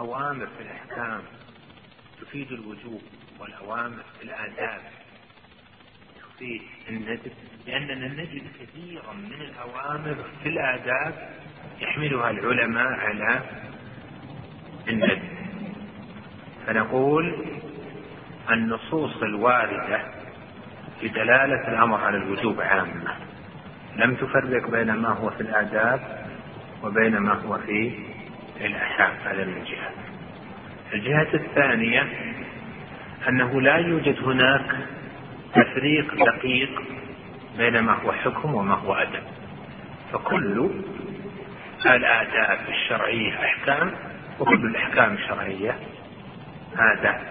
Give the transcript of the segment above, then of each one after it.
الأوامر في الأحكام تفيد الوجوب والأوامر في الآداب تفيد الندب، لأننا نجد كثيرا من الأوامر في الآداب يحملها العلماء على الندب. فنقول النصوص الواردة في دلالة الأمر على الوجوب عامة، لم تفرق بين ما هو في الآداب وبين ما هو في الأحكام. هذا من جهة. الجهة الثانية أنه لا يوجد هناك تفريق دقيق بين ما هو حكم وما هو أدب، فكل الآداب الشرعية أحكام وكل الأحكام الشرعية آداب.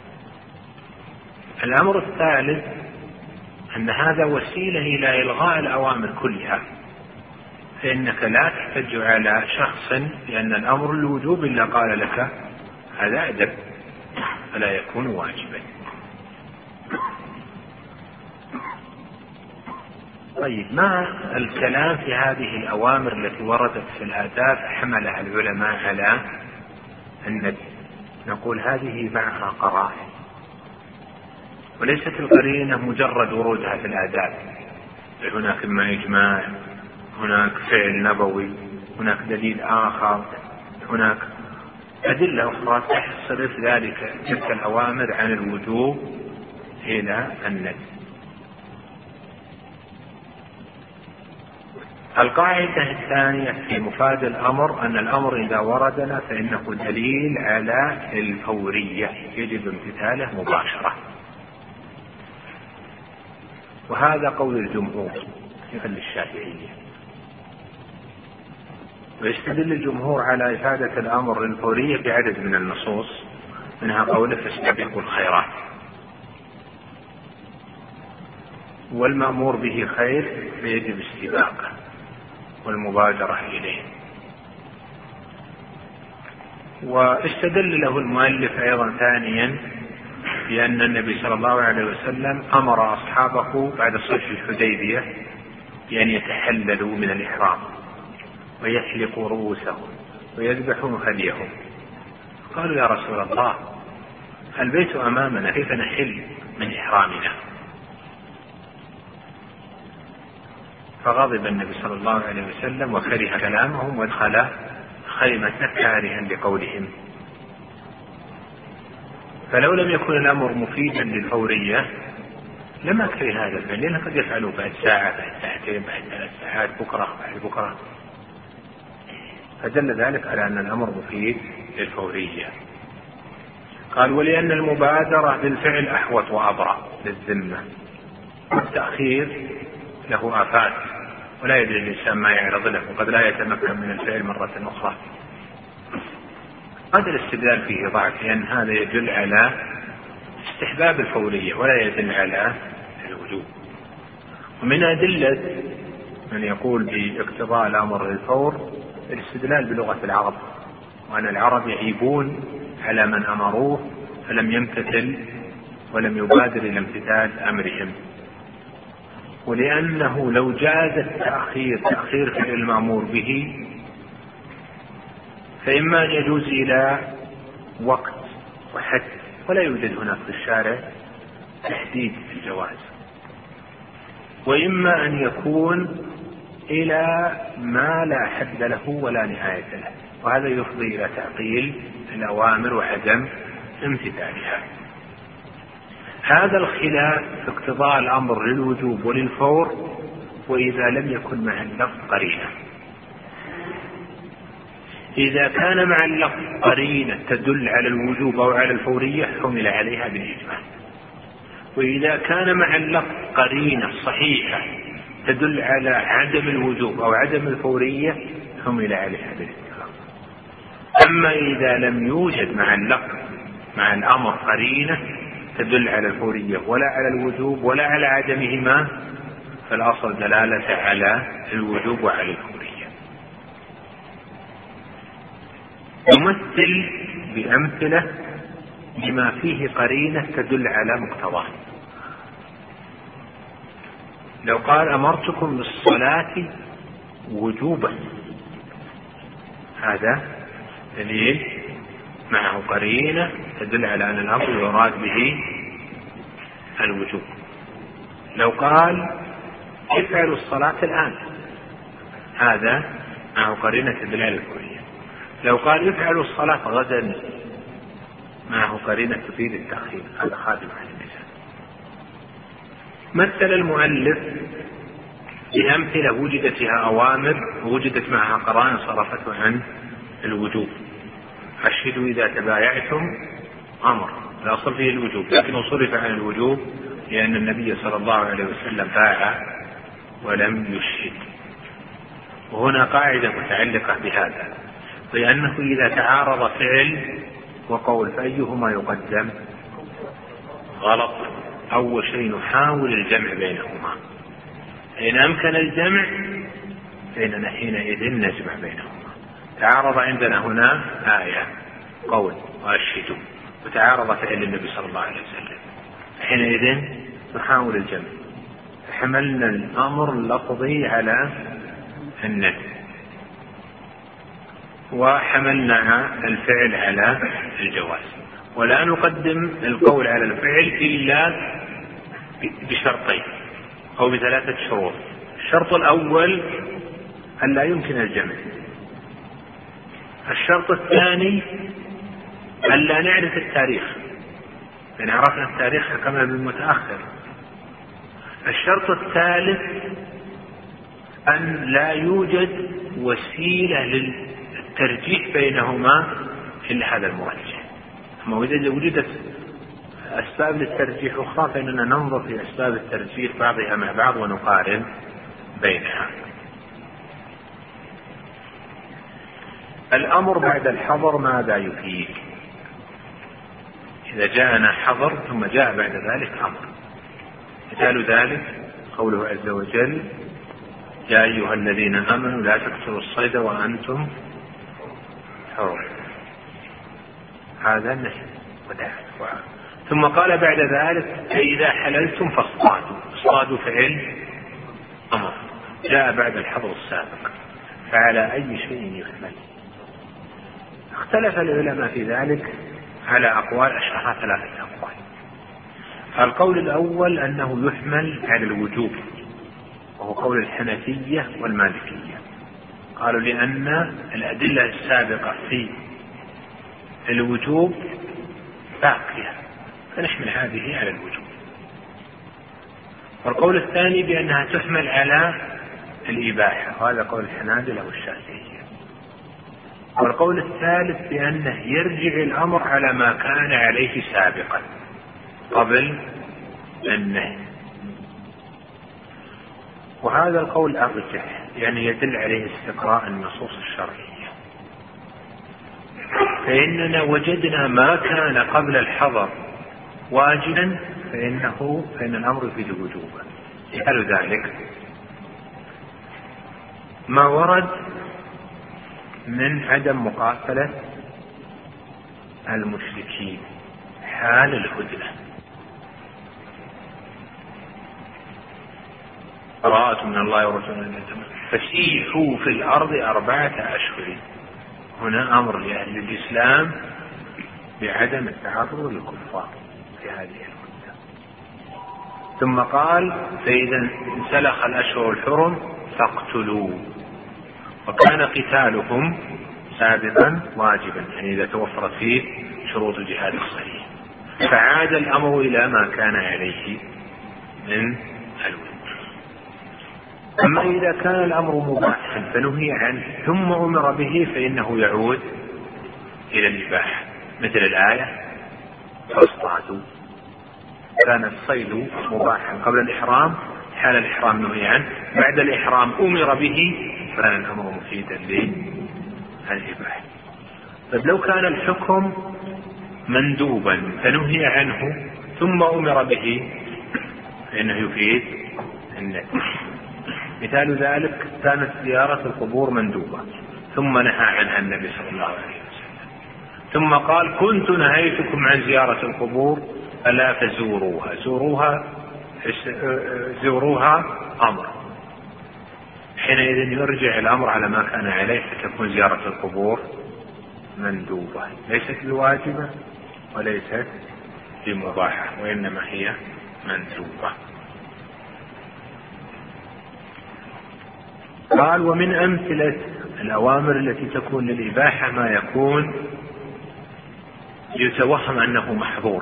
الأمر الثالث أن هذا وسيلة إلى إلغاء الأوامر كلها، فإنك لا تحتج على شخص لأن الأمر الوجوب إلا قال لك هذا أدب فلا يكون واجبا. طيب، ما الكلام في هذه الأوامر التي وردت في الآداب حملها العلماء على الندب؟ نقول هذه معها قرائن، وليست القرينة مجرد ورودها في الآداب، هناك إما إجماع، هناك فعل نبوي، هناك دليل آخر، هناك أدلة أخرى تحصرف تلك الأوامر عن الوجوب إلى الندب. القاعدة الثانية في مفاد الأمر أن الأمر إذا وردنا فإنه دليل على الفورية، يجب امتثاله مباشرة، وهذا قول الجمهور مثل الشافعية. ويستدل الجمهور على إفادة الأمر للفورية بعدد من النصوص، منها قوله فاستبقوا الخيرات، والمأمور به خير فيجب استباقه والمبادرة إليه. واستدل له المؤلف أيضا ثانيا بأن النبي صلى الله عليه وسلم أمر أصحابه بعد صلح الحديبية بأن يتحللوا من الإحرام ويحلقوا رؤوسهم ويذبحوا هديهم. قالوا يا رسول الله البيت أمامنا كيف نحل من إحرامنا؟ فغضب النبي صلى الله عليه وسلم وكره كلامهم وادخل خيمة كارها لقولهم. فلو لم يكن الأمر مفيدا للفورية لما كره هذا الفعل، لأنه قد يفعلوا بعد ساعة، بعد ساعتين، بعد 3 ساعات، بكرة بعد بكرة. فدل ذلك على أن الأمر مفيد للفورية. قال ولأن المبادرة بالفعل أحوط وأبرأ للذمة، والتأخير له آفات ولا يدري الإنسان ما يعرض له، وقد لا يتمكن من الفعل مرة أخرى. هذا الاستدلال فيه ضعف، لأن هذا يدل على استحباب الفورية ولا يدل على الوجوب. ومن أدلة من يقول باقتضاء الأمر للفور الاستدلال بلغة العرب، وأن العرب يعيبون على من أمروه فلم يمتثل ولم يبادر إلى امتثال أمرهم. ولأنه لو جاز تأخير فعل المأمور به فإما أن يجوز إلى وقت وحد، ولا يوجد هناك في الشارع تحديد في الجواز، وإما أن يكون إلى ما لا حد له ولا نهاية له، وهذا يفضي إلى تعطيل الأوامر وعدم امتثالها. هذا الخلاف في اقتضاء الأمر للوجوب وللفور وإذا لم يكن مع اللفظ قرينة. إذا كان مع اللفظ قرينة تدل على الوجوب أو على الفورية حمل عليها بالإجماع، وإذا كان مع اللفظ قرينة صحيحة تدل على عدم الوجوب أو عدم الفورية حمل عليها بالاتفاق. أما إذا لم يوجد مع اللفظ مع الأمر قرينة تدل على الفورية ولا على الوجوب ولا على عدمهما، فالأصل دلالة على الوجوب وعلى الفورية. نمثل بأمثلة بما فيه قرينة تدل على مقتضاه. لو قال أمرتكم بالصلاة وجوبا، هذا دليل معه قرينة تدل على أن الأمر يراد به الوجوب. لو قال افعلوا الصلاة الآن، هذا معه قرينة تدل على الكلية. لو قال افعلوا الصلاة غدا، معه قرينة تفيد التأخير، هذا خادم عن النساء. مثل المؤلف بأمثلة وجدت فيها أوامر ووجدت معها قرائن صرفته عن الوجوب. أشهدوا إذا تبايعتم أمر، لا أصل فيه الوجوب، لكن صرف عن الوجوب لأن النبي صلى الله عليه وسلم بايع ولم يشهد. وهنا قاعدة متعلقة بهذا، لأنه إذا تعارض فعل وقول فأيهما يقدم؟ غلط. أول شيء نحاول الجمع بينهما، إن أمكن الجمع فإننا حينئذ نجمع بينهما. تعارض عندنا هنا آية قول وأشهدوا، وتعارض فعل النبي صلى الله عليه وسلم، حينئذ نحاول الجمع، حملنا الأمر اللفظي على النفي وحملنا الفعل على الجواز، ولا نقدم القول على الفعل إلا بشرطين أو بثلاثة شروط. الشرط الأول أن لا يمكن الجمع. الشرط الثاني أن لا نعرف التاريخ، إن عرفنا التاريخ حكمنا بالمتأخر. الشرط الثالث أن لا يوجد وسيلة للترجيح بينهما إلا هذا المرجح. أما إذا وجدت أسباب للترجيح أخرى فإننا ننظر في أسباب الترجيح بعضها مع بعض ونقارن بينها. الأمر بعد الحظر ماذا يفيد؟ إذا جاءنا حظر ثم جاء بعد ذلك أمر، مثال ذلك قوله عز وجل يا أيها الذين آمنوا لا تقتلوا الصيد وأنتم حرم، هذا النهي ثم قال بعد ذلك فإذا حللتم فاصطادوا فعل أمر جاء بعد الحظر السابق، فعلى أي شيء يحمل؟ اختلف العلماء في ذلك على أقوال، أشهرها ثلاثة أقوال. القول الأول أنه يحمل على الوجوب، وهو قول الحنفية والمالكية، قالوا لأن الأدلة السابقة في الوجوب باقية فنحمل هذه على الوجوب. والقول الثاني بأنها تحمل على الإباحة، وهذا قول الحنابلة والشافعية. والقول الثالث بأنه يرجع الأمر على ما كان عليه سابقا قبل النهي، وهذا القول أرجح يعني يدل عليه استقراء النصوص الشرعية. فإننا وجدنا ما كان قبل الحظر واجبا فإن الأمر يفيد وجوبا. مثال ذلك ما ورد من عدم مقاتلة المشركين حال الهدنة، براءة من الله ورسوله فسيحوا في الأرض 4 أشهر. هنا أمر لأهل الإسلام بعدم التعرض للكفار في هذه المدة. ثم قال فإذا انسلخ الأشهر الحرم فاقتلوا، وكان قتالهم سابقا واجبا يعني إذا توفرت فيه شروط الجهاد الصحيح، فعاد الأمر إلى ما كان عليه من الوجوب. أما إذا كان الأمر مباحا فنهي عنه ثم أمر به فإنه يعود إلى الإباحة، مثل الآية فاصطادوا، كان الصيد مباحا قبل الإحرام، حال الإحرام نهي عنه، بعد الإحرام أمر به فكان الأمر مفيدا للإباحة. طيب لو كان الحكم مندوبا فنهي عنه ثم أمر به فإنه يفيد النهي. مثال ذلك كانت زيارة القبور مندوبة ثم نهى عنها النبي صلى الله عليه وسلم، ثم قال كنت نهيتكم عن زيارة القبور ألا فزوروها، زوروها أمر، حينئذ يرجع الأمر على ما كان عليه فتكون زيارة القبور مندوبة، ليست بواجبة وليست بمباحة، وإنما هي مندوبة. قال: ومن أمثلة الأوامر التي تكون للإباحة ما يكون يتوهم أنه محظور.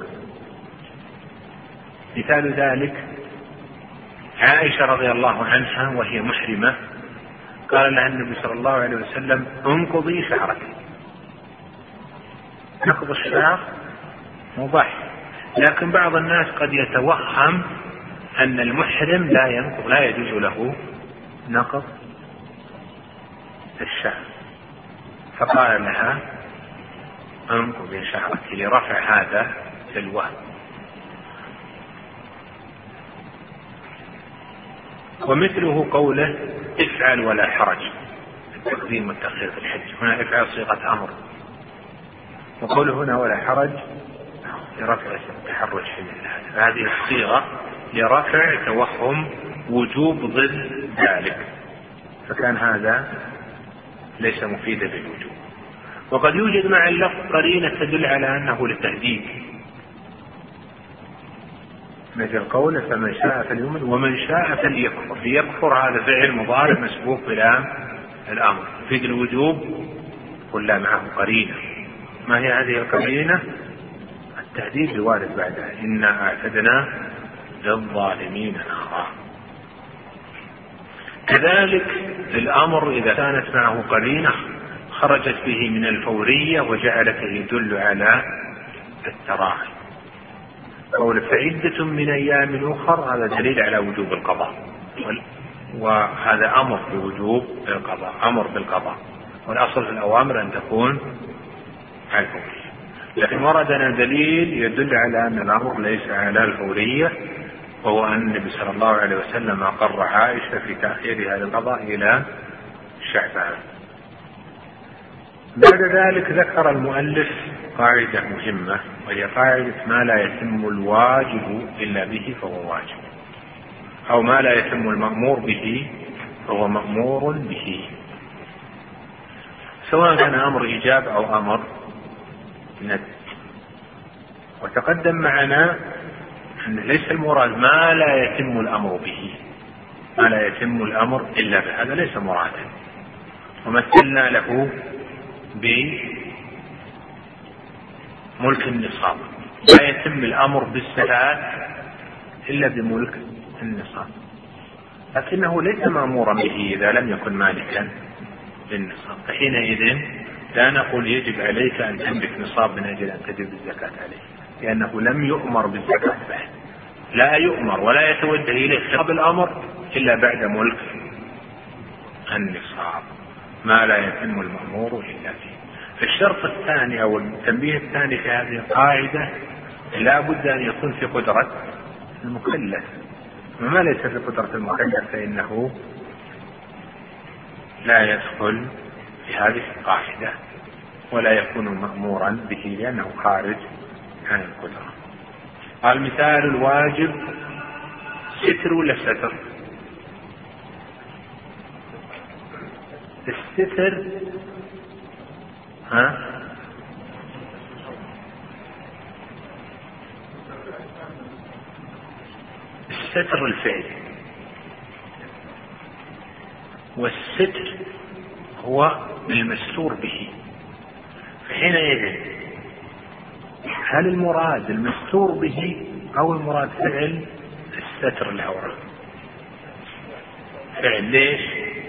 مثال ذلك عائشة رضي الله عنها وهي محرمة قال لها النبي صلى الله عليه وسلم: انقضي شعرك. نقض الشعر مباح، لكن بعض الناس قد يتوهم أن المحرم لا يجوز له نقض الشعر، فقال لها: انقضي شعرك، لرفع هذا الوهم. ومثله قوله: افعل ولا حرج، التقديم والتأخير في الحج. هنا افعل صيغة أمر، وقوله هنا ولا حرج لرفع التحرج في هذا. هذه الصيغة لرفع توهم وجوب ضد ذلك، فكان هذا ليس مفيدا للوجوب. وقد يوجد مع اللفظ قرينة تدل على أنه للتهديد، مثل قوله: فمن شاء فليؤمن ومن شاء فليكفر. ليكفر هذا فعل مضارع مسبوق بلام الأمر يفيد الوجوب، ولا معه قرينة. ما هي هذه القرينة؟ التهديد الوارد بعدها: إنا أعتدنا للظالمين نارا. كذلك الأمر إذا كانت معه قرينة خرجت به من الفورية وجعلته يدل على التراخي. قول: فعدة من أيام أخر، هذا دليل على وجوب القضاء، وهذا أمر بوجوب القضاء، أمر بالقضاء، والأصل في الأوامر أن تكون على الفورية. لكن وردنا دليل يدل على أن الأمر ليس على الفورية، وهو أن النبي صلى الله عليه وسلم أقر عائشة في تأخير هذا القضاء إلى شعبان. بعد ذلك ذكر المؤلف قاعدة مهمة، وهي قاعدة: ما لا يتم الواجب إلا به فهو واجب، أو ما لا يتم المأمور به فهو مأمور به، سواء كان أمر إيجاب أو أمر ندب. وتقدم معنا أن ليس المراد ما لا يتم الأمر به، ما لا يتم الأمر إلا به، هذا ليس مرادا. ومثلنا له بملك النصاب، لا يتم الأمر بالزكاة إلا بملك النصاب، لكنه ليس مأمورا به إذا لم يكن مالكا للنصاب، فحينئذ لا نقول يجب عليك أن تملك نصاب من أجل أن تجب الزكاة عليه، لأنه لم يؤمر بالزكاة بعد، لا يؤمر ولا يتوجه إليه خطاب الأمر إلا بعد ملك النصاب، ما لا يتم المأمور إلا فيه. الشرط الثاني أو التنبيه الثاني في هذه القاعدة: لا بد أن يكون في قدرة المكلف، وما ليس في قدرة المكلف فإنه لا يدخل في هذه القاعدة ولا يكون مأمورا به لأنه خارج عن القدرة. قال: مثال الواجب ستر ولا ستر؟ الستر الستر الفعل، والستر هو المستور به. فحينئذ هل المراد المستور به أو المراد فعل الستر العورة؟ فعل. ليش؟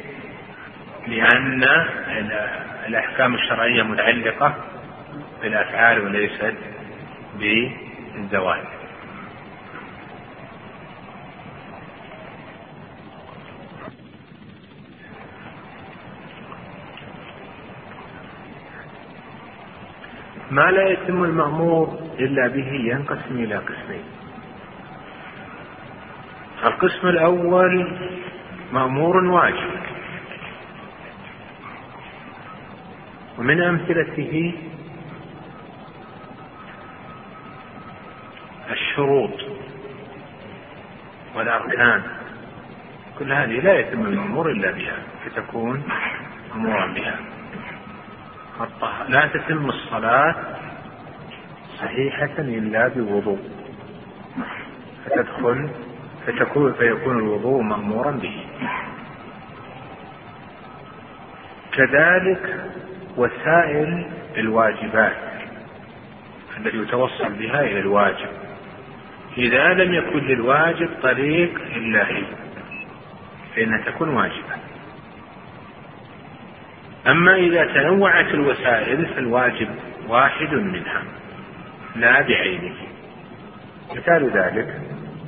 لأن الأحكام الشرعية متعلقة بالأفعال وليست بالزواج. ما لا يتم المأمور إلا به ينقسم إلى قسمين. القسم الأول مأمور واجب، ومن أمثلته الشروط والأركان، كل هذه لا يتم المأمور إلا بها فتكون مأمورا بها. لا تتم الصلاة صحيحة إلا بوضوء، فيكون الوضوء مأمورا به. كذلك وسائل الواجبات التي يتوصل بها إلى الواجب، إذا لم يكن للواجب طريق إلا هي فإنها تكون واجبة. أما إذا تنوعت الوسائل فالواجب واحد منها لا بعينه. مثال ذلك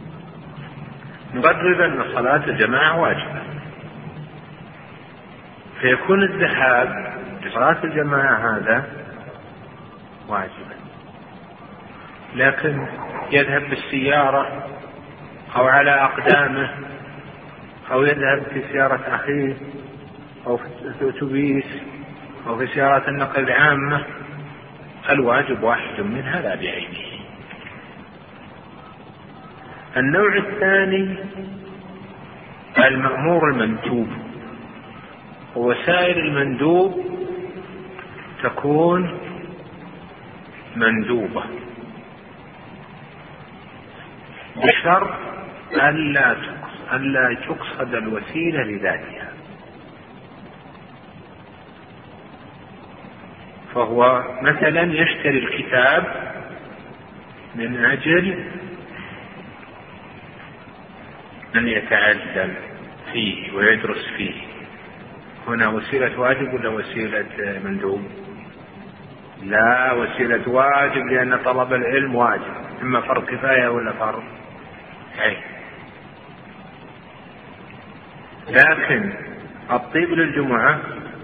نقرر أن صلاة الجماعة واجبة، فيكون الذهاب لصلاة الجماعة هذا واجبا، لكن يذهب بالسيارة أو على أقدامه أو يذهب في سيارة أخيه أو في أتوبيس أو في سيارات النقل العامة، الواجب واحد منها لا بعينه. النوع الثاني المأمور المندوب، ووسائل المندوب تكون مندوبة بشرط ألا تقصد الوسيلة لذاتها. فهو مثلا يشتري الكتاب من أجل أن يتعلم فيه ويدرس فيه، هنا وسيلة واجب ولا وسيلة مندوب؟ لا، وسيلة واجب، لأن طلب العلم واجب، إما فرض كفاية ولا فرض عين. لكن الطيب للجمعة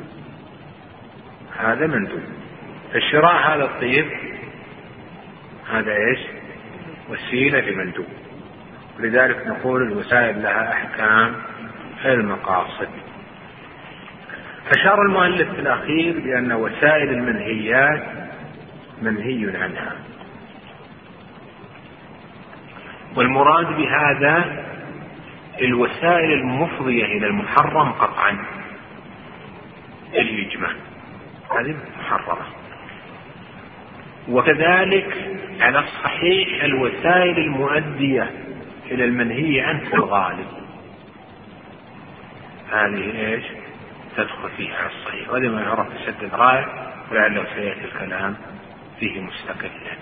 هذا مندوب، فشراء هذا الطيب هذا ايش؟ وسيلة لمندوب. ولذلك نقول الوسائل لها أحكام المقاصد. أشار المؤلف في الأخير بأن وسائل المنهيات منهي عنها، والمراد بهذا الوسائل المفضية إلى المحرم قطعا الإجماع، هذه محرمة. وكذلك على الصحيح الوسائل المؤدية إلى المنهي عنه في الغالب، هذه ايش؟ تدخل فيها على الصحيح، وهذا ما يعرف بسد الذرائع، ولعله سيأتي الكلام فيه مستقلا.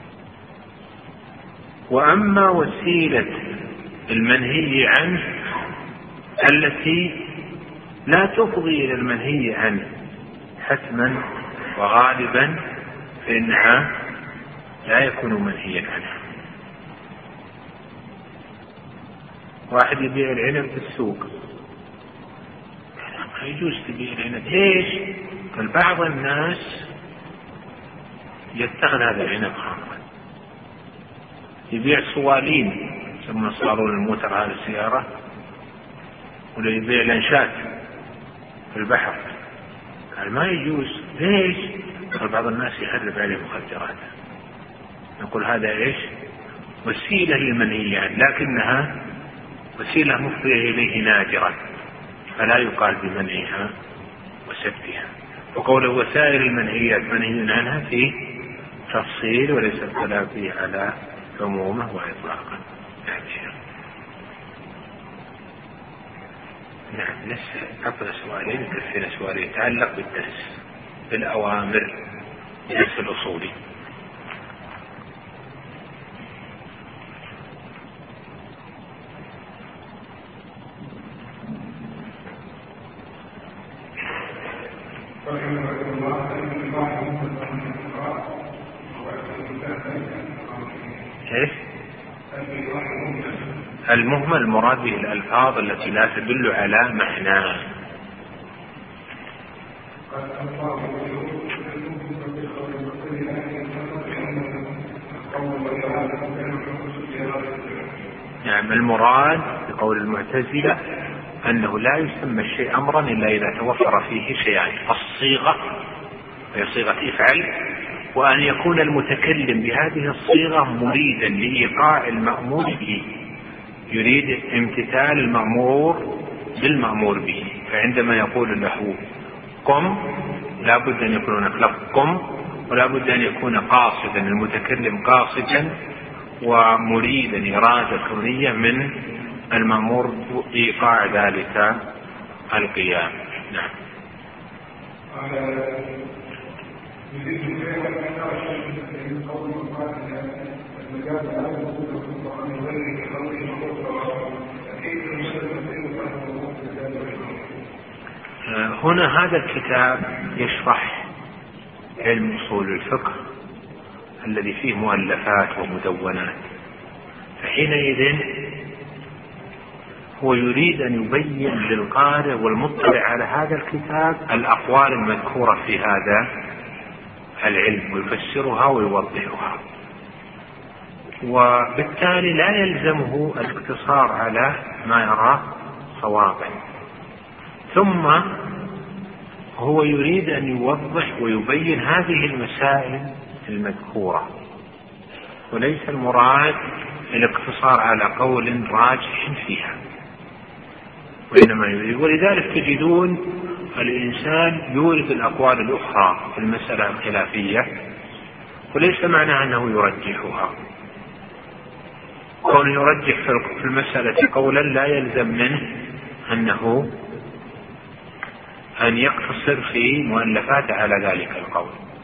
وأما وسيلة المنهي عنه التي لا تفضي إلى المنهي عنه حتما وغالبا فإنها لا يكون منهيا عنها. واحد يبيع العنب في السوق، ما يجوز تبيع العنب، ليش؟ قال بعض الناس يتخذ هذا العنب خمرا. يبيع صوالين ثم صاروا الموتر هذه السيارة، ولا يبيع لانشات في البحر، قال ما يجوز، ليش؟ قال بعض الناس يحرب عليه مخدرات. نقول هذا ايش؟ وسيلة للمنهي عنه، لكنها وسيلة مفضية إليه نادرا، فلا يقال بمنعها وسدها. وقول وسائل المنهيات منهي عنها فيه تفصيل وليس الكلام فيه على عمومه وإطلاقه. نعم، لسه أقل سؤالين كفينا سؤالين يتعلق بالدرس بالأوامر درس الأصولي. المهمل المراد به الألفاظ التي لا تدل على معناه. نعم، المراد بقول المعتزلة أنه لا يسمى الشيء أمرا إلا إذا توفر فيه شيئان: الصيغة وهي صيغة افعل، وأن يكون المتكلم بهذه الصيغة مريدا لإيقاع المأمور به، يريد امتثال المأمور بالمأمور به. فعندما يقول له قم لا بد أن يكون هناك لفظ قم، ولا بد أن يكون قاصدا المتكلم قاصدا ومريدا إرادة كونية من المأمور إيقاع ذلك القيام. نعم. هنا هذا الكتاب يشرح علم أصول الفقه الذي فيه مؤلفات ومدونات، فحينئذ هو يريد أن يبين للقارئ والمطلع على هذا الكتاب الأقوال المذكورة في هذا العلم ويفسرها ويوضحها، وبالتالي لا يلزمه الاقتصار على ما يراه صوابا، ثم هو يريد أن يوضح ويبين هذه المسائل المذكورة، وليس المراد الاقتصار على قول راجح فيها، وإنما يريد. ولذلك تجدون الإنسان يورد الأقوال الأخرى في المسألة الخلافية وليس معنى أنه يرجحها. كون يرجح في المسألة قولا لا يلزم منه أنه أن يقتصر في مؤلفاته على ذلك القول.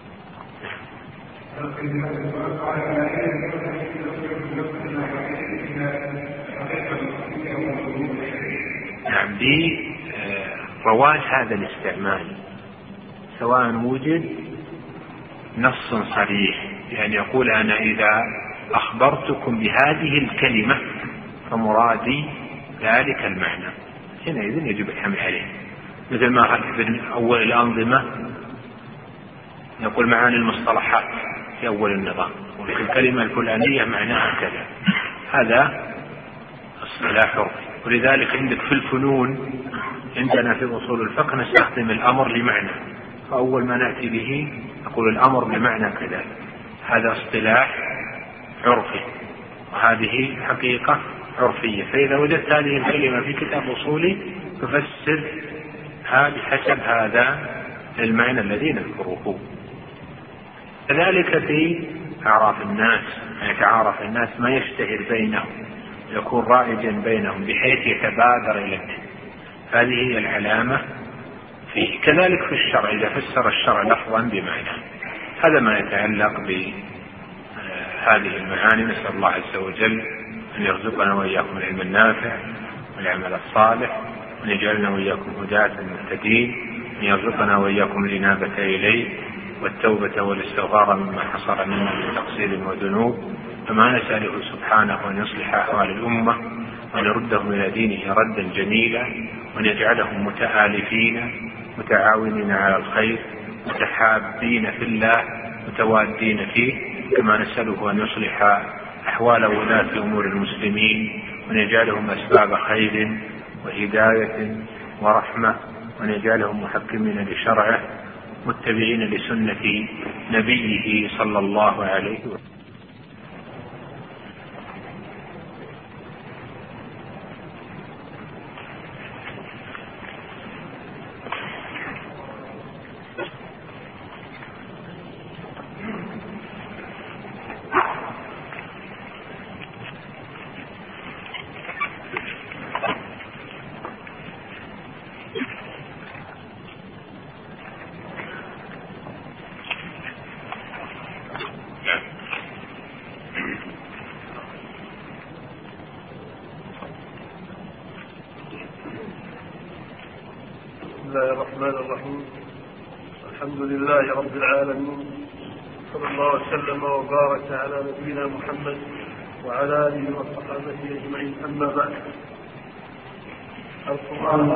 نعم، برواج هذا الاستعمال سواء وجد نص صريح، يعني يقول أنا إذا أخبرتكم بهذه الكلمة فمرادي ذلك المعنى، حينئذ يجب الحمل عليه، مثل ما في أول الأنظمة نقول معاني المصطلحات في أول النظام، والكلمة الفلانية معناها كذا، هذا اصطلاح عرفي. ولذلك عندك في الفنون عندنا في أصول الفقه نستخدم الأمر لمعنى، فأول ما نأتي به نقول الأمر بمعنى كذا، هذا اصطلاح عرفي وهذه حقيقة عرفية. فإذا وجدت هذه الكلمة في كتاب أصولي ففسرها بحسب هذا المعنى الذي نذكره. كذلك في أعراف الناس، يتعارف الناس ما يشتهر بينهم يكون رائجا بينهم بحيث يتبادر إليه، هذه هي العلامة فيه. كذلك في الشرع إذا فسر الشرع لفظا بمعنى، هذا ما يتعلق بهذه المعاني. نسأل الله عز وجل أن يرزقنا وإياكم العلم النافع والعمل الصالح، وأن يجعلنا وإياكم هداة مهتدين، وأن يرزقنا وإياكم الإنابة إليه والتوبة والاستغفار مما حصل منا من تقصير وذنوب. فما نسأله سبحانه أن يصلح أحوال الأمة وأن يردهم إلى دينه ردا جميلا، وأن يجعلهم متآلفين متعاونين على الخير متحابين في الله متوادين فيه. كما نسأله أن يصلح أحوال ولاة أمور المسلمين وأن يجعلهم أسباب خير وهداية ورحمة، وأن يجعلهم محكمين لشرعه متبعين لسنة نبيه صلى الله عليه وسلم. بسم الله الرحمن الرحيم. الحمد لله رب العالمين، صلى الله وسلم وبارك على نبينا محمد وعلى آله وصحبه أجمعين. أما بعد، القرآن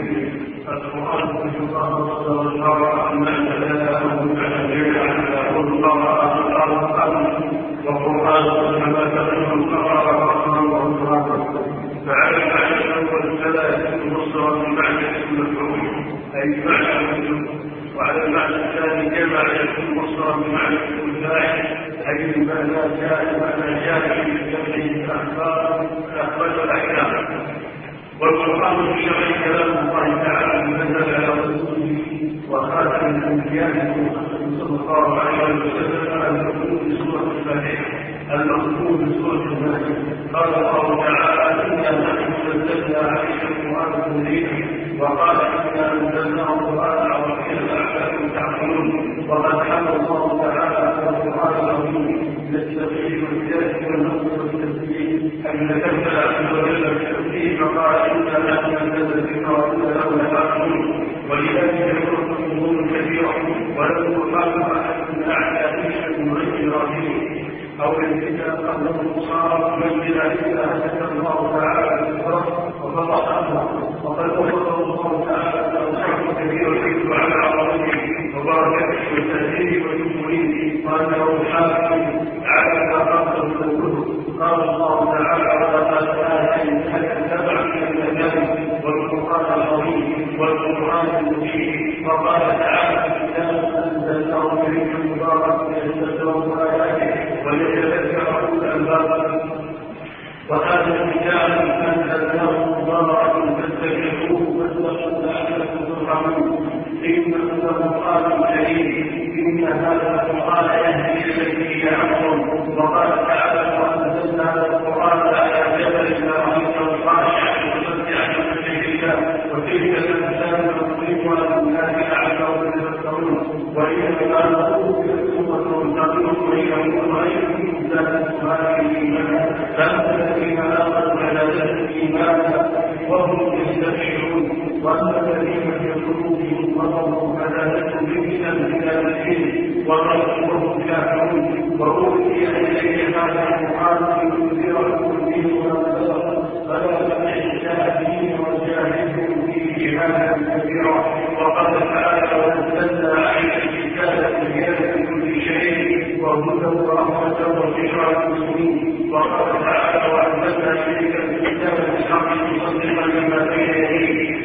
فعلى المعنى الأول فلا يكون مصدرا بمعنى اسم مفعول أي معنى الوجود، وعلى المعنى الثاني كما يكون مصدرا بمعنى اسم الفاعل أي بمعنى جاء في جمع الأخبار والأحكام. والقرآن الشرعي كلام الله تعالى نزل على رسوله وخاتم الأنبياء صلى الله عليه وسلم المذكور في سورة الفاتحة المذكور في سورة الناس. قال الله تعالى: إنا نحن نزلنا عليك القرآن تنزيلا وقال: إنا أنزلناه قرآنا عربيا لعلكم تعقلون. وقد حمد الله تعالى القرآن العظيم للتوحيد والهداية والنصر والتسليم أن ذكرت عز وجل بالتوحيد فقال: إنا نحن نزلنا الذكر وإنا له لحافظون. ولذلك يكون أمور كثيرة ولم يخالف أحد من أعدائه من غير رحيم أو الانتهاء قبل النصارى من ذلك ذكر الله تعالى بالفرق وفرق عنه. وقد وفقه الله تعالى بأوصاف كثيرة على عظمته وبركته وتأثيره وجمهوره وأنه حاكم على ما قبله من الكتب. قال الله تعالى: ولقد آتيناك سبعا من المثاني والقرآن العظيم والقرآن المبين. وقال تعالى: كتاب أنزلناه إليك مبارك ليدبروا آياته وليتذكر أولو الألباب. وهذا الكتاب أنزلناه مبارك فاتبعوه واتقوا لعلكم ترحمون. إنه لقرآن كريم إن هذا القرآن يهدي التي هي أقوم. وقال تعالى: وأنزلنا هذا القرآن على جبل رأيته خاشعا مصدعا من خشية الله. وتلك الأمثال نضربها للناس لعلهم يتذكرون. وإذا كان أمة تقول إلى غيرهم زادتهم هذه الإيمان فأما الذين آمنوا فزادتهم إيمانا وهم يستبشرون. وأما الذين في قلوبهم مرض فزادتهم رجسا إلى رجسهم وهم كافرون. وأوحي إليك هذا القرآن لينذركم به وما فلا تطع الجاهلين وجاهدهم في جهادا كبيرا. وقال تعالى: ونزلنا عليك الكتاب تبيانا لكل شيء وهدى ورحمة وذكرى للمسلمين. وقال تعالى: وأنزلنا إليك الكتاب بالحق مصدقا لما بين يديه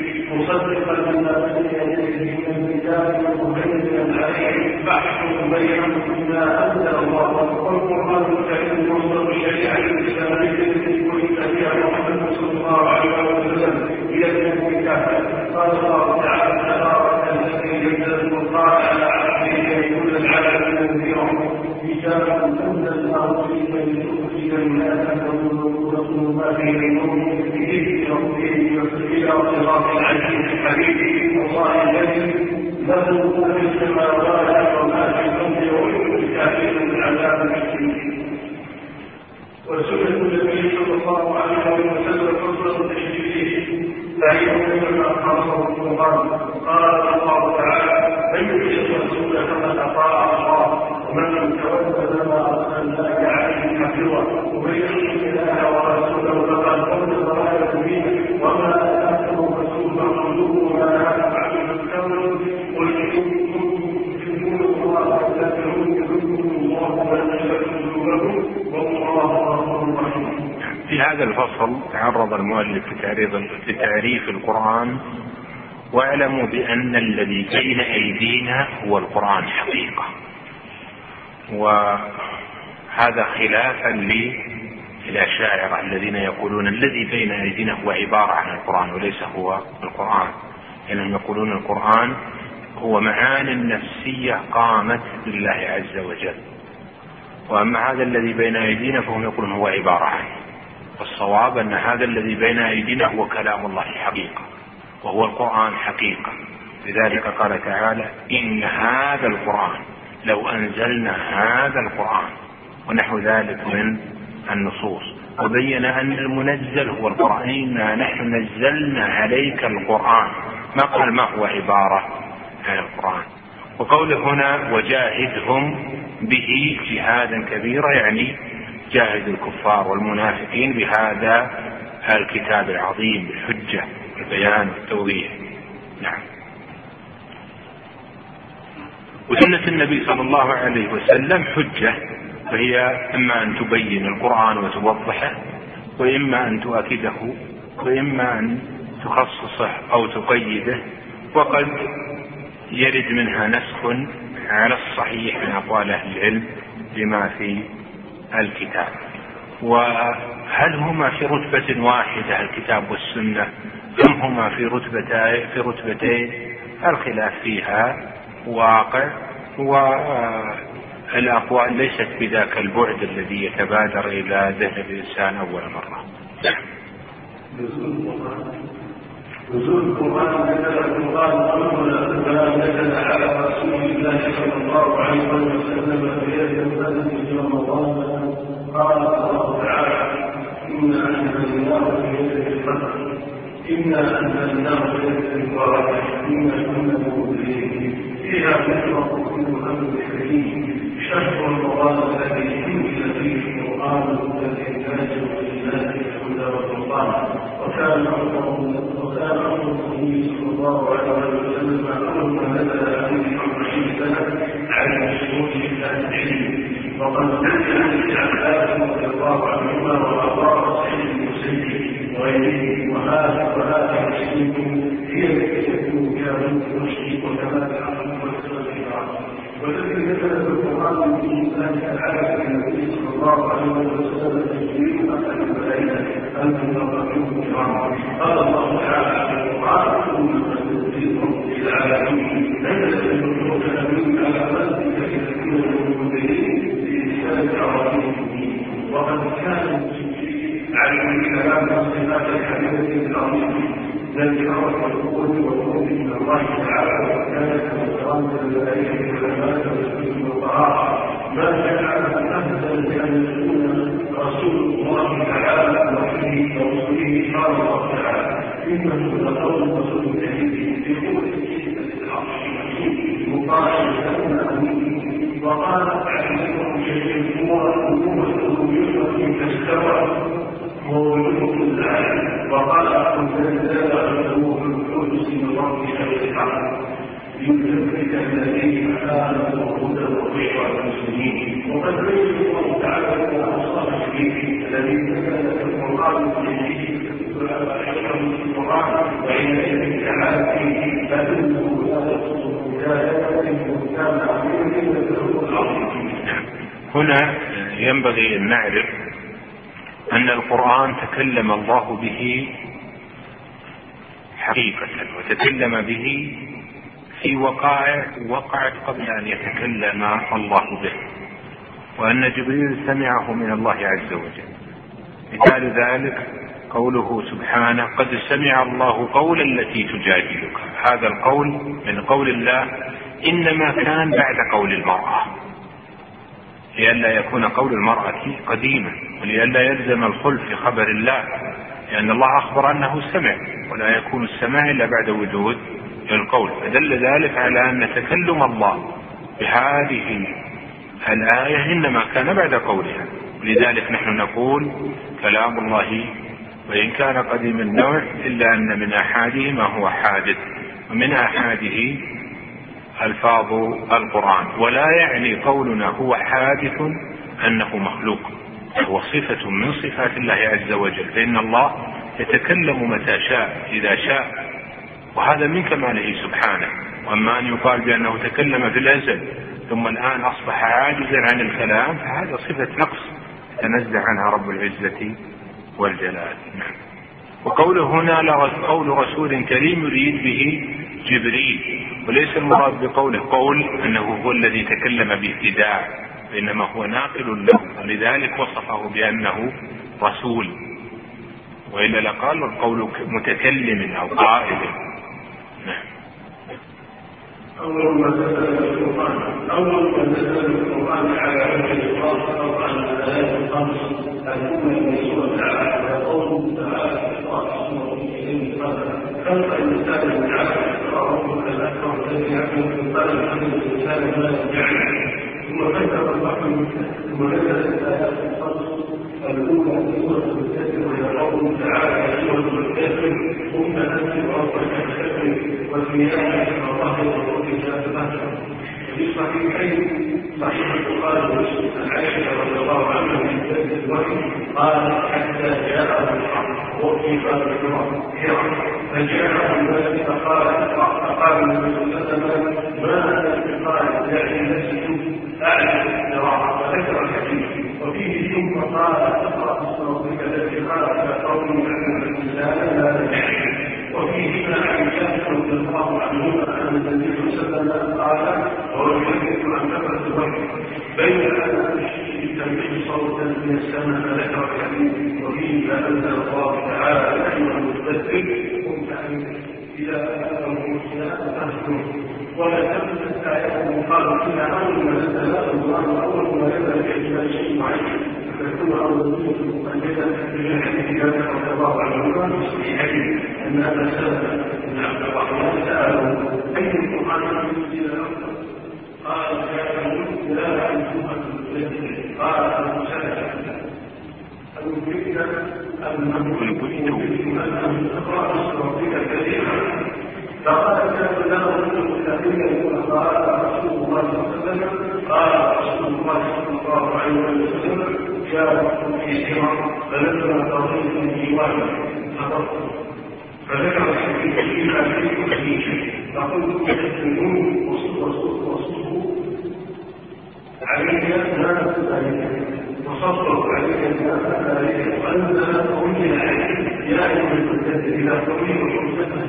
من الكتاب ومهيمنا عليه فاحكم بينهم بما أنزل الله. والقرآن الكريم مصدر الشريعة الإسلامية التي بعث بها محمد صلى الله عليه وسلم إلى الكتاب. قال الله تعالى: تبارك الذي نزل القرآن على عبده ليكون العالمين نذيرا. كتاب أنزلناه إليك لتخرج الناس من ما فيه النور بإذن ربهم إلى صراط العزيز الحميد. والله الذي له ما في السماوات وما في الأرض ويحيي الكافرين من عذاب الجحيم. وسنة النبي صلى الله عليه وسلم فصل تشريعه فهي كما خاصه القرآن. قال الله تعالى: من يطع الرسول فقد أطاع الله ومن تولى فما أرسلناك عليهم حفيظا. ومن يطع الله ورسوله فقد ضل ضلالا مبينا. وما آتاكم الرسول فخذوه وما نهاكم عنه فانتهوا. قل إن كنتم تحبون الله فاتبعوني يحببكم الله ويغفر ذنوبكم والله غفور رحيم. في هذا الفصل تعرض المؤلف لتعريف القرآن. واعلموا بأن الذي بين أيدينا هو القرآن حقيقة، وهذا خلافا للأشاعرة الذين يقولون الذي بين أيدينا هو عبارة عن القرآن وليس هو القرآن، لأنهم يقولون القرآن هو معان نفسية قامت بالله عز وجل. وأما هذا الذي بين أيدينا فهم يقولون هو عبارة عنه. والصواب أن هذا الذي بين أيدينا هو كلام الله حقيقة وهو القرآن حقيقة. لذلك قال تعالى: إن هذا القرآن لو أنزلنا هذا القرآن ونحو ذلك من النصوص. وبين أن المنزل هو القرآن. إنا نحن نزلنا عليك القرآن، ما قال ما هو عبارة عن القرآن. وقوله هنا: وجاهدهم به جهادا كبيرا، يعني جاهد الكفار والمنافقين بهذا الكتاب العظيم بالحجة والبيان والتوضيح. نعم. وسنة النبي صلى الله عليه وسلم حجة، فهي إما أن تبين القرآن وتوضحه، وإما أن تؤكده، وإما أن تخصصه أو تقيده. وقد يرد منها نسخ على الصحيح من أقوال أهل العلم بما في الكتاب. وهل هما في رتبة واحدة الكتاب والسنة أم هما في رتبتين؟ الخلاف فيها واقع، والأقوال ليست بذاك البعد الذي يتبادر إلى ذهن الإنسان أول مرة. نزول القرآن نزل القرآن أمرنا فلا نزل على رسول الله صلى الله عليه وسلم في ليلة القدر في رمضان. قال الله تعالى: إنا أنزلناه في ليلة القدر، إنا أنزلناه في ليلة المباركة، إنا كنا منذرين فيها تفرق كل أمر حكيم. شهر رمضان الذي أنزل فيه القرآن الذي ينزل للناس الهدى والفرقان. وكان أمر النبي صلى الله عليه وسلم أمر نزل عليه 40 سنة على شروط العلم. وقد نزل عن عباس رضي الله عنهما وأعطاه سعيد بن المسيب وغيره. وهذا المسلم هي التي تكون بها من الرشد وكمال العقل والسلام. والذي نزل في القرآن من الله تعالى النبي صلى الله عليه وسلم تجريد أحد الملائكة أنتم تقرؤون الكرام. قال الله تعالى في القرآن: ثم تنزلكم للعالمين نزل الملوك الأمين على مسجد لتكون المنذرين في رسالة عربية مبين. وقد كان على الكلام والصفات الحميدة العظيمة الذي عرف القوة والقوة من الله تعالى وكانت مستقامة الملائكة والعلماء والسلم والطهارة. ما جعل أفضل بأن يكون رسول الله تعالى وفيه ورسوله قال الله تعالى: إنه لقول رسول كريم بقوة مطاع له أمين. وقال عليكم شيء هو الأمور تستوى موجود العالم. وقال تنزل الروح القدس من ربك بالحق ليثبت الذين آمنوا وهدى وبشرى للمسلمين. وقد بين الله تعالى الى اوصاف الدين الذي نزل في القران الكريم في القران وحينئذ تعالى فيه فانه لا يصدق ولايته كان عظيما. هنا ينبغي ان نعرف أن القرآن تكلم الله به حقيقة، وتكلم به في وقائع وقعت قبل أن يتكلم الله به، وأن جبريل سمعه من الله عز وجل. مثال ذلك قوله سبحانه: قد سمع الله قول التي تجادلك. هذا القول من قول الله إنما كان بعد قول المرأة، لئلا يكون قول المرأة قديما، ولئلا يلزم الخلف في خبر الله، لأن الله أخبر أنه سمع، ولا يكون السماع إلا بعد وجود القول. فدل ذلك على أن تكلم الله بهذه الآية إنما كان بعد قولها. ولذلك نحن نقول كلام الله وإن كان قديم النوع إلا أن من أحاده ما هو حادث، ومن أحاده ألفاظ القرآن. ولا يعني قولنا هو حادث أنه مخلوق، هو صفة من صفات الله عز وجل، فإن الله يتكلم متى شاء إذا شاء، وهذا من كماله سبحانه. وأما أن يقال بأنه تكلم في الأزل ثم الآن أصبح عاجزا عن الكلام فهذا صفة نقص تنزه عنها رب العزة والجلال. وقوله هنا قول رسول كريم يريد به جبريل، وليس المراد بقوله قول أنه هو الذي تكلم باهتداء، وإنما هو ناقل له، ولذلك وصفه بأنه رسول، وإلا لقال القول متكلم أو قائل. أول ما نزل القرآن على وجه الخاص طبعا الآيات الخمس الأولى من سورة تعالى وقوله تعالى خلق الإنسان من علق ربك الأكبر الذي يعلم في القلب عن الإنسان ما يعلم. ثم ذكر الرحمن ونزلت الآيات الخمس الأولى من سورة المدثر وهي قوله تعالى سورة المدثر ثم أنزل ربك الأكبر والمياه والطهر والرجال البشر. في صحيحين صحيح البخاري ومسلم عن عائشة رضي الله عنها في ذلك الوحي قال حتى جاءه الحق وقف بالجرى فجاءه الناس فقال النبي صلى الله عليه وسلم ما انا بقال يعني نفسي اعلم الذراع وذكر الحديث. وفيه ثم قال اقرا اسم ربك الذي خلق قوم ان الانسان لا يعلم. وفيه ما عن جابر رضي الله عنهما ان قال هو يحدث عن نفس الوحي بين أن التنبيه صوتا من السماء ذكر الحديث وفيه ما أنزل الله تعالى أيها المدثر قم فأنذر إلى أنه فاهجر ولا تكن الآيات المقال فيها أول ما نزل الله أول ما نزل في شيء معين فتكون أولية مقيدة بالحديث ذلك رضي الله عنه في أن هذا سبب من عبد الرحمن سأله أي القرآن ينزل الأفضل قال جاء لا أعرفها قال المسلسل المفيدة أن تقرأ اسم ربك كثيرا فقال كان له الذين قال رسول الله صلى الله عليه وسلم قال رسول الله صلى الله عليه وسلم جاء في سمع فلما قضيت الديوان فقلت فذكر الحديث فيما في كل شيء فقلت تسلمون وصفوا عليك ما ذلك وصفوا عليك ما ذلك وانزل قومي عليك يا ايها المدثر الى قومي وحجته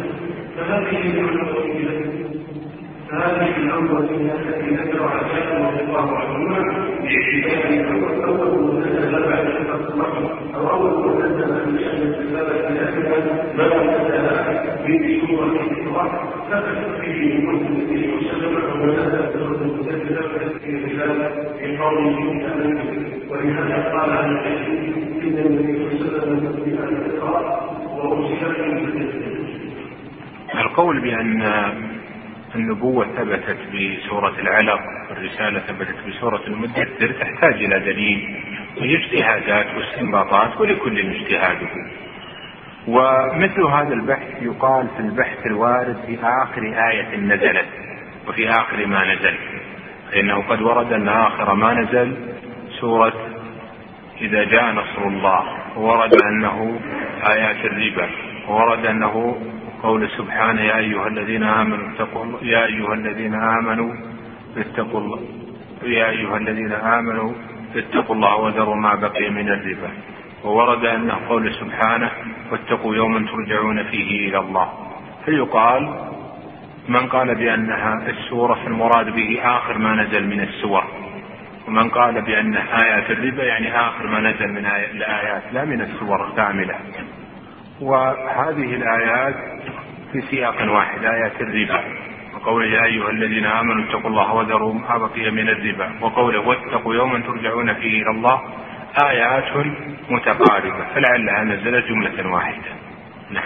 فهذه الأمر التي ذكر عشان رضي الله عنهما باعتبار أول نزل بعد الصلاة أو أول نزل من شأن السلالة لأنها ما نزل من سورة الإسراء فكتب فيه المسلم النبي صلى الله عليه وسلم ونزل سورة المدثر في الرسالة في قوله ولهذا قال عن الحديث إن النبي صلى الله عليه وسلم في الإسراء وأرسلت المدثر. القول بأن النبوة ثبتت بسورة العلق والرسالة ثبتت بسورة المدثر تحتاج إلى دليل واجتهادات واستنباطات ولكل اجتهاده. ومثل هذا البحث يقال في البحث الوارد في آخر آية نزلت وفي آخر ما نزل، فإنه قد ورد أن آخر ما نزل سورة إذا جاء نصر الله، وورد أنه آيات الربا، وورد أنه قول سبحانه يا أيها الذين آمنوا اتقوا الله يا أيها الذين آمنوا اتقوا الله وذروا ما بقي من الربا، وورد أنه قول سبحانه واتقوا يوما ترجعون فيه إلى الله. فيقال من قال بأنها السورة المراد به آخر ما نزل من السور، ومن قال بأنها آيات الربا يعني آخر ما نزل من الآيات لا من السور كاملة. وهذه الآيات في سياق واحد آيات الربا، وقوله يا أيها الذين آمنوا اتقوا الله وذروا ما بقي من الربا، وقوله واتقوا يوما ترجعون فيه إلى الله، آيات متقاربة فلعلها نزلت جملة واحدة. نعم.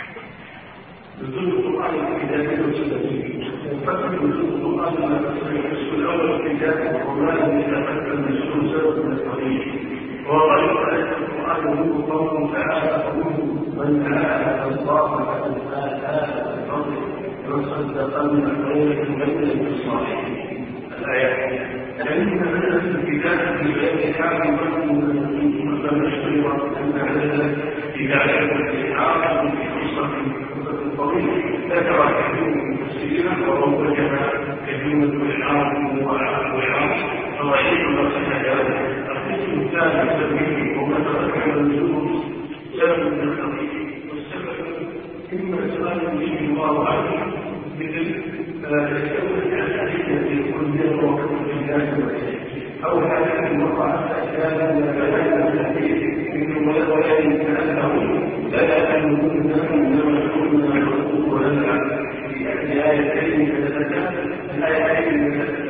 وقال القرآن منه قوم تعالى من تعالى الله فقد آتاه الفضل وصدق من الخير بين الصالحين. الآيات فإن هذا الكتاب في غير حال من المشهور أن هذا إذا علم الإعارة في قصة طويلة ذكر كثير من المفسرين ووجه كثير من الإعارة وإعارة فضعيف الله الثاني سبيل ومثلا كان النصوص سبب من الخطيئ والسبب إما سؤال به الله عنه مثل السبب الحديثة كلها وقت الجنة أو هذه المرأة كان من بيان الحديث منه ولا يمكن أنه لا يكون إنما يكون من الحقوق ونزع في آيتين تتكلم الآيتين من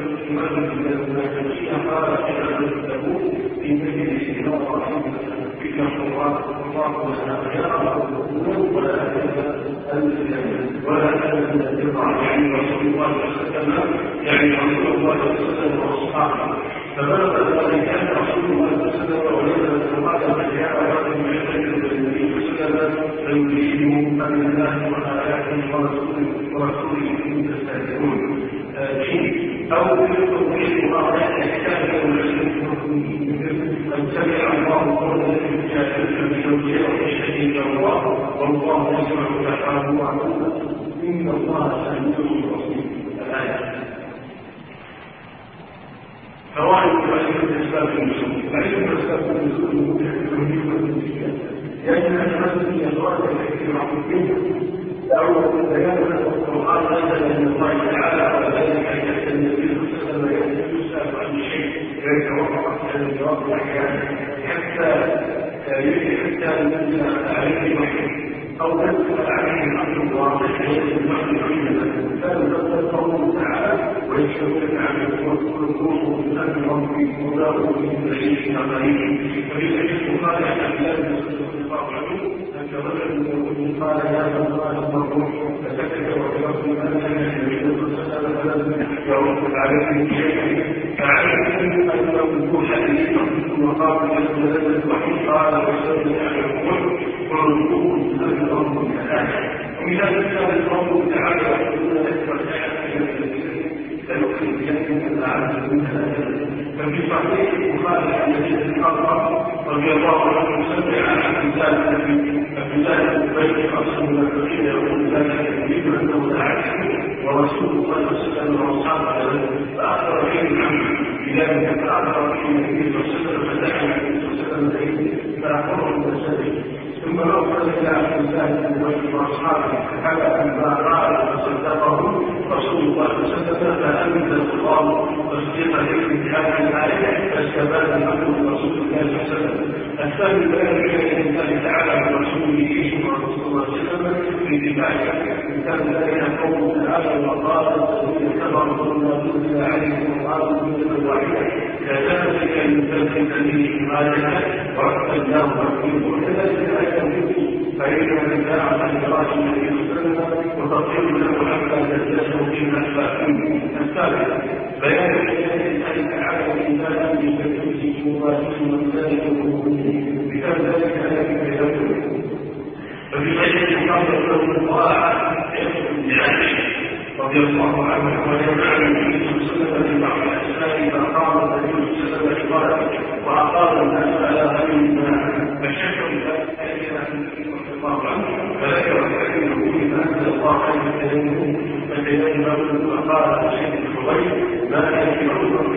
قال في مجلس الله بك الله ولا تبع يعني رسول الله صلى الله عليه وسلم يعني رسول الله صلى الله عليه وسلم واصحابه فبلغ ذلك كان رسول الله صلى الله عليه وسلم وليس قال جاء رجل من النبي صلى الله عليه وسلم فيريهم ان الله واياته ورسوله تستهزئون أو يطلب الله يحتاج أن سمع الله قول الذي جاءك بزوجه الشهيد الله والله يسمع تحاول وعقوبة إن الله سميع بصير. الآية فوائد معرفة أسباب النزول. معرفة أسباب النزول يجب أن هذه الأسباب التي يظهر التي معروف منها أو بيان القرآن نزل من الله تعالى وذلك أن النبي صلى الله عليه وسلم يسأل عن شيء فيتوقف عن الجواب الأحيان حتى ينزل عليه الوحي أو تنزل عليه الأمر الواضح الوحي عندنا فنزل قوله تعالى ويشهدك عن القلوب من ربي وله من بعيد عظيم وفي البخاري عن عبد الله صلى الله عليه وسلم أن رجل قال يا الله المرء فسكت وتوكل أن النبي صلى الله عليه وسلم يرد عليه شيئا فعلم أنه يوحى إليه وقال يتنزل الوحي قال وسلم على القلوب ورسوله من الأمر تعالى وإذا كان الأمر تعالى يقولون أكبر فيؤخذ جنة الأعلى منها ففي صحيح البخاري عن النبي رضي الله عنه سمع عن أبدال البيت خاصة من الفقيه يقول ذلك يريد أنه تعالى ورسول الله صلى الله عليه وسلم وأصحابه فأخبر فيه عنه بذلك فأخبر فيه النبي صلى الله عليه وسلم فدعا النبي صلى الله عليه وسلم فأخبره المساجد ثم لو قال إلى عبد الله بن أبي وأصحابه على أن ما قال وصدقه رسول الله صلى الله عليه وسلم فأنزل الله تصديق ذكر هذه الآية فاستبان أمر رسول الله صلى الله عليه وسلم الثاني بيان كلمة الله تعالى ورسوله صلى الله عليه وسلم في اتباعه كان ذلك قوله تعالى وقال الذين كفروا ثم تنزل عليهم وقالوا من واحدة كذلك ينزل الذين آية وأحسناه وأحسنه كذلك فإنه من داعى عن فراش النبي صلى الله عليه وسلم وتطير له حتى تجلسه في الأسفل الثالث بيان الله تعالى والإنسان بتكليف مباشر من ذلك بكم ذلك الذي بينه ففي غير قال له الطاعة رضي الله عنه وجمع النبي صلى الله عليه وسلم بعض الأسماء فقام النبي صلى الله عليه وسلم وأقام الناس على غيرهما فشكروا ذلك فذكر الحديث بما انزل الله عز وجل فبين له وقال الشيخ الحوير ما يجب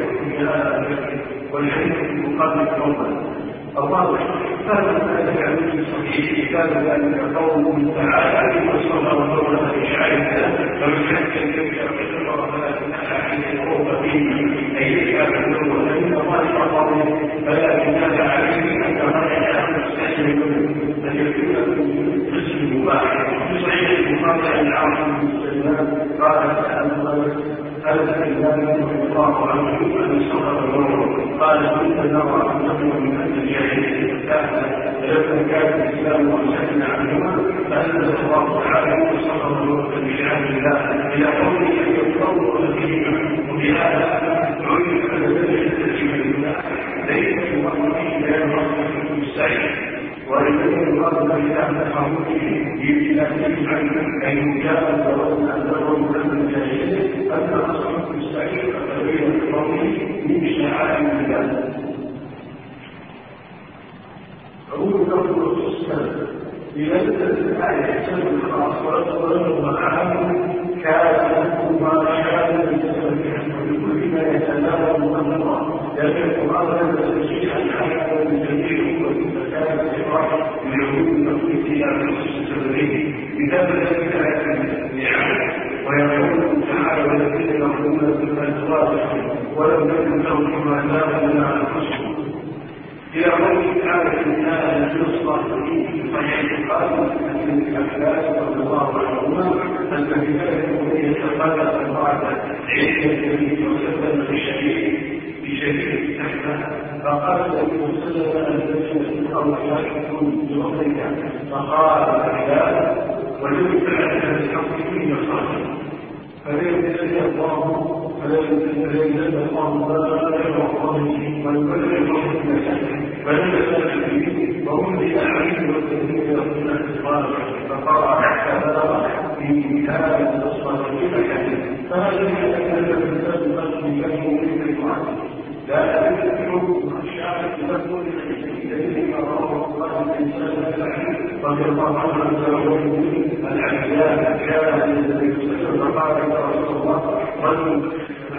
والحديث المقابل قوما الله هذا ذلك عن الصحيح كان ذلك قوله تعالى وصلى الله عليه وسلم فمن حتى يذكر بخبر فلا تنحى عليه الروح فيه اي كان له فان الله يقرر فلا تنحى عليه حتى رجع عن السجن في صحيح البخاري عن عاصم بن سلمان قال هل الإمام رضي الله عنه أن صدر النور قال كنت نرى أنه من أهل الجاهلية فلما كان الإسلام وأمسكنا عنهما فأنزل الله تعالى وصدر النور بشهادة الله إلى قوله أن يتطور فيهما وبهذا عرف أن ذلك التسليم لله ليس في مقامه بيان رسول المستعين ولكن الله الذي أهلكه بإبتلاء عنه أي مجاز ورسل أنه من الجاهلية أن أصحاب المستعين أتبين القوم من شعائر الله. أقول لكم الرسول إذا بدأت الآية يحسن الخاص ورسوله معهم كان ما شاء بكل ما يتناول من الله لكن القرآن لم يستطيع أن يحكم من جميع وكان الإقرار ليكون المسؤول في السببين بذلك النعم ويقول تعالى والذين يقولون بالأزواج ولم يكن لهم ما زالوا من أنفسهم إلى قوله تعالى إنها لفي الصالحين في صحيح البخاري من الأحداث رضي الله عنهما أن في ذلك يتقاطع بعد عيد النبي وسلم بشديد التحمى فقال النبي صلى الله عليه وسلم الله يكون بوضعك فقال العباد ولم تعلم الحق من الصالح فلن يجزي الله لا يعطيه ويبلغ الله الناس فلم يزل وهم بأعين والذين يرون الإصرار فقال حتى بلغ في هذا الصالحين فهذا يتكلم بالناس القلب يكون من المعاد لا يمكن الشعب تقول الذين رواه الله الانسان رضي الله عنه العلياء كان الذي يستشير فقال يا رسول الله رجل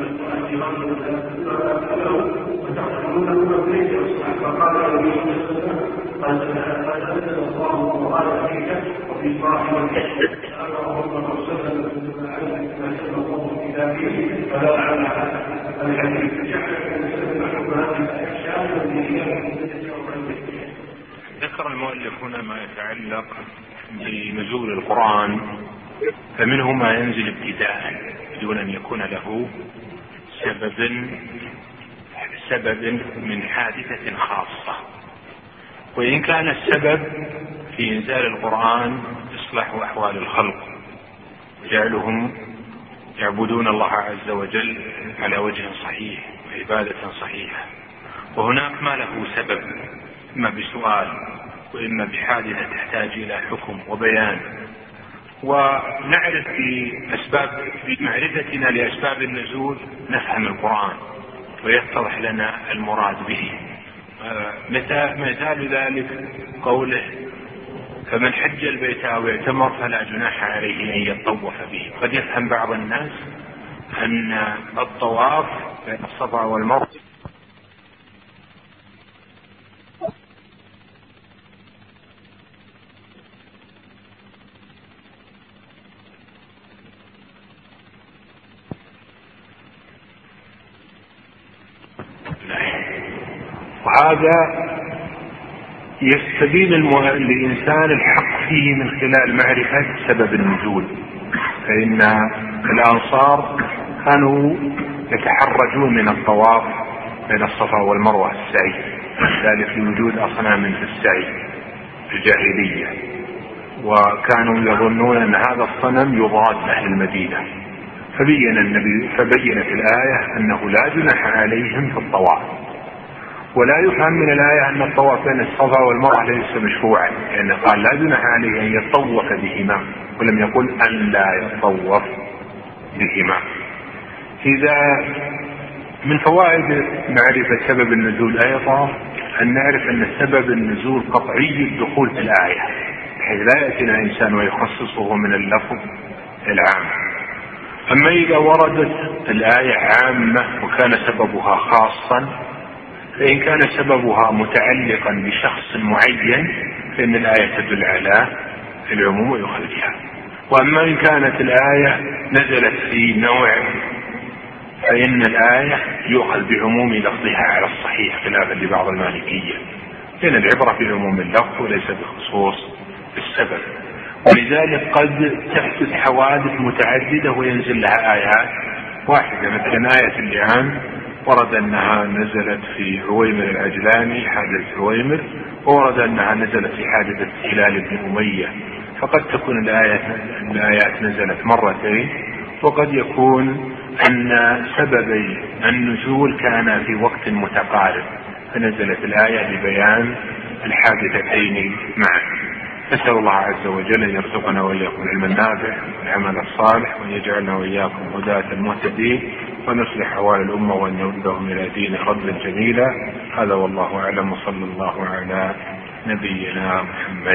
وتحكمون بيت فقال النبي صلى الله عليه وسلم قد انزل الله وقال فيك وفي صاحب ذكر المؤلف هنا ما يتعلق بنزول القرآن، فمنه ما ينزل ابتداء دون أن يكون له سبب من حادثة خاصة، وإن كان السبب في إنزال القرآن إصلاح أحوال الخلق وجعلهم يعبدون الله عز وجل على وجه صحيح وعبادة صحيحة، وهناك ما له سبب إما بسؤال وإما بحادثة تحتاج إلى حكم وبيان. ونعرف بمعرفتنا لأسباب النزول نفهم القرآن ويتضح لنا المراد به. مثال ذلك قوله فمن حج البيت أو اعتمر فلا جناح عليه أن يطوف به. قد يفهم بعض الناس أن الطواف بين الصفا والمروة وهذا يستبين للإنسان الحق فيه من خلال معرفة سبب النزول. فإن الأنصار كانوا يتحرجون من الطواف بين الصفا والمروة السعي، ذلك لوجود أصنام في السعي في الجاهلية، وكانوا يظنون أن هذا الصنم يضاد أهل المدينة، فبينت الآية أنه لا جناح عليهم في الطواف. ولا يفهم من الآية أن الطواف بين الصفا والمروة ليس مشروعا، لأنه قال لا جناح عليه أن يطوف بهما، ولم يقل أن لا يطوف بهما. إذا من فوائد معرفة سبب النزول أيضا أن نعرف أن سبب النزول قطعي الدخول في الآية، بحيث لا يأتينا إنسان ويخصصه من اللفظ العام. أما إذا وردت الآية عامة وكان سببها خاصا، فإن كان سببها متعلقا بشخص معين فإن الآية تدل على العموم ويؤخذ بها. وأما إن كانت الآية نزلت في نوع فإن الآية يؤخذ بعموم لفظها على الصحيح خلافا لبعض المالكية، لأن العبرة بعموم اللفظ وليس بخصوص السبب. ولذلك قد تحدث حوادث متعددة وينزل لها آيات واحدة. مثلا آية اللعان ورد أنها نزلت في عويمر العجلاني حادثة عويمر، وورد أنها نزلت في حادثة هلال بن أمية، فقد تكون الآيات نزلت مرتين، وقد يكون أن سببي النزول كان في وقت متقارب فنزلت الآية لبيان الحادثتين معا. نسأل الله عز وجل أن يرزقنا وإياكم العلم النافع والعمل الصالح، وأن يجعلنا وإياكم هداة المهتدين، ونصلح أحوال الأمة، وأن يردهم إلى دين رب جميلا. هذا والله أعلم، وصلى الله على نبينا محمد.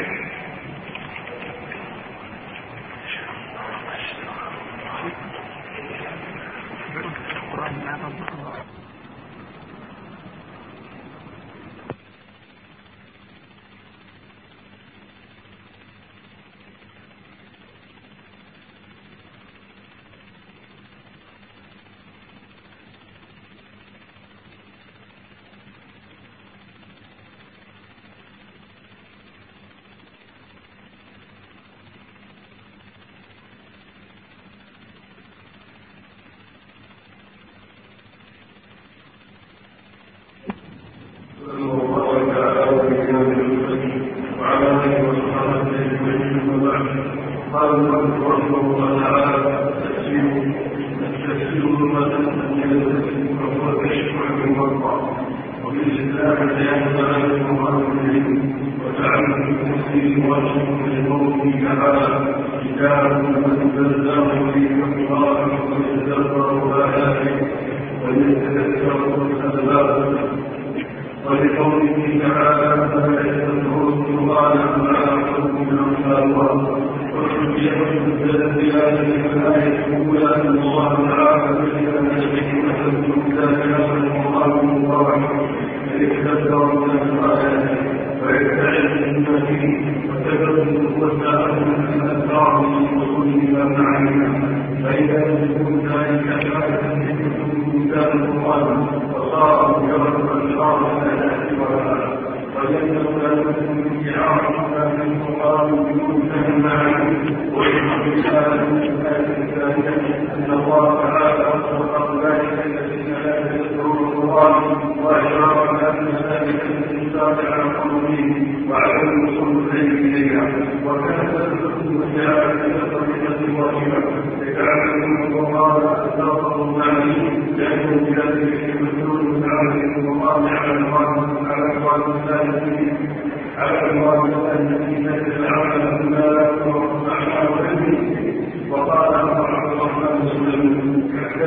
ويستعد من فيه وتجد والسلام من الأسرار من وصول ما معنى. فإذا يكون ذلك حادثا من كتاب القرآن وصار مجرد الإشارة إلى الأسئلة وجدنا لا تكون استعارة من القرآن بدون فهم معنى. ويحب رسالة الآية الثانية أن الله تعالى أصدق ذلك الذين لا يذكرون القرآن وإشارة أن ذلك الإنسان على قلوبه وعلى الوصول إليها. وكانت الحكم والجهاد في الطريقة واجبة يتعلم القرآن أساسه المعنى لأنه بذلك يمثلون تعالى القرآن على الأموال التي تتعامل بها ومعنى وعلمه. وقال عبد الرحمن بن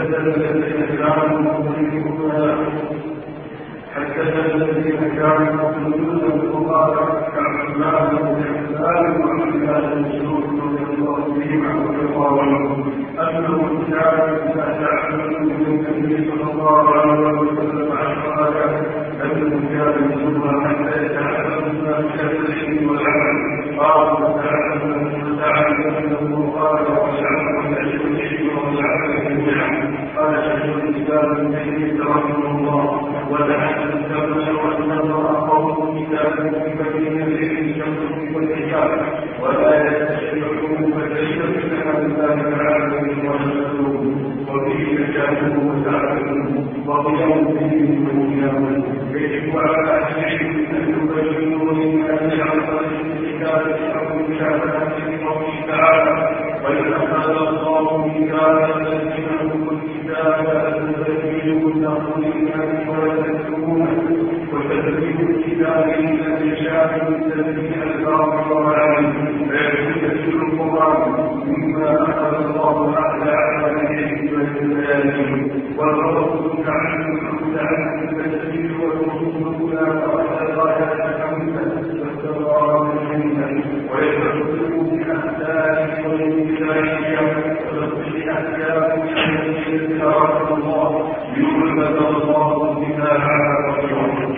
حدثنا الذين كانوا يقولون القرآن كعثمان بن حسان وعبد الله بن مسعود رضي الله عنهم أنه كان إذا تعلم من النبي صلى الله عليه وسلم عن آيات أنه كان يسمى حتى يتعلم ما كان العلم والعمل. قال تعلم أنه قال وجعل العلم والعمل جميعا. قال شيخ الإسلام ابن تيمية رحمه الله ولعل الزمن والنظر قوم كتاب بين العلم شمس والحجاب ولا يستشرعون فكيف بنا بالله تعالى ورسوله وفيه نجاته وسعادته وقيام به وقيامه. يجب على أهل العلم أن يبينوا للناس عن طريق الكتاب أو مشاهدة قوله تعالى وإن أخذ الله ميثاق الذين أوتوا الكتاب لتبينونه للناس ولا تكتمونه وتدبير الكتاب الذي شاء من تدبير الباطل والعلم فيكون القرآن مما أخذ الله تعالى على العلم والبيان والرسول تعالى التدبير والرسول لا تأخذ غاية حمدا واستغفار منه ويتحقق بأحسان والمثالية وتصلح أحكام التي أراد الله ليعبد الله بها على رسوله.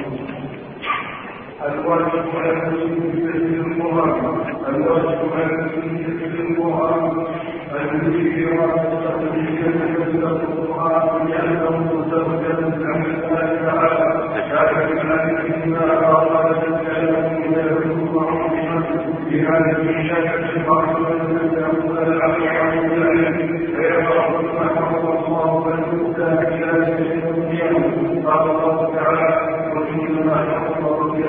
الواجب على تفسير القرآن أن يذكر القرآن لأنه متوجه عن الله تعالى كان مما أراد الكلام إلى بهذه الشاكة البعض والنساء العقل فيقرأ ما حفظ الله فالمؤتى إلى يوم قال الله تعالى وإنما حفظ ربي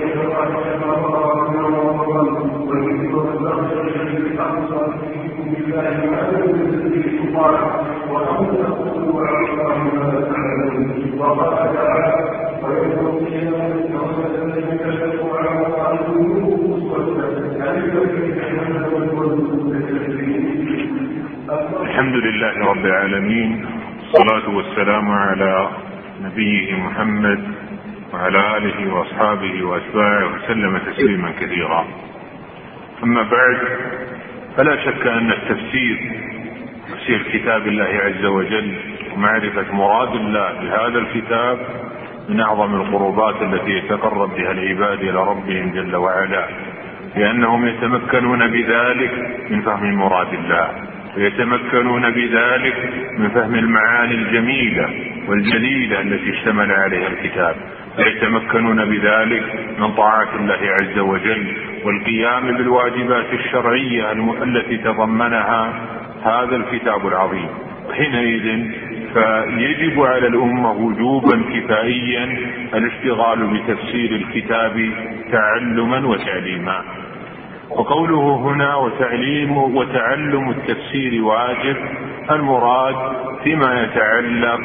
الحمد لله رب العالمين، والصلاة والسلام على نبيه محمد وعلى آله وأصحابه وأتباعه وسلم تسليما كثيرا. أما بعد، فلا شك أن تفسير كتاب الله عز وجل ومعرفة مراد الله بهذا الكتاب من أعظم القربات التي يتقرب بها العباد إلى ربهم جل وعلا، لأنهم يتمكنون بذلك من فهم مراد الله، ويتمكنون بذلك من فهم المعاني الجميلة والجليلة التي اشتمل عليها الكتاب، ويتمكنون بذلك من طاعة الله عز وجل والقيام بالواجبات الشرعية التي تضمنها هذا الكتاب العظيم. حينئذ فيجب على الأمة وجوبا كفائيا الاشتغال بتفسير الكتاب تعلما وتعليما. وقوله هنا وتعلم التفسير واجب، المراد فيما يتعلق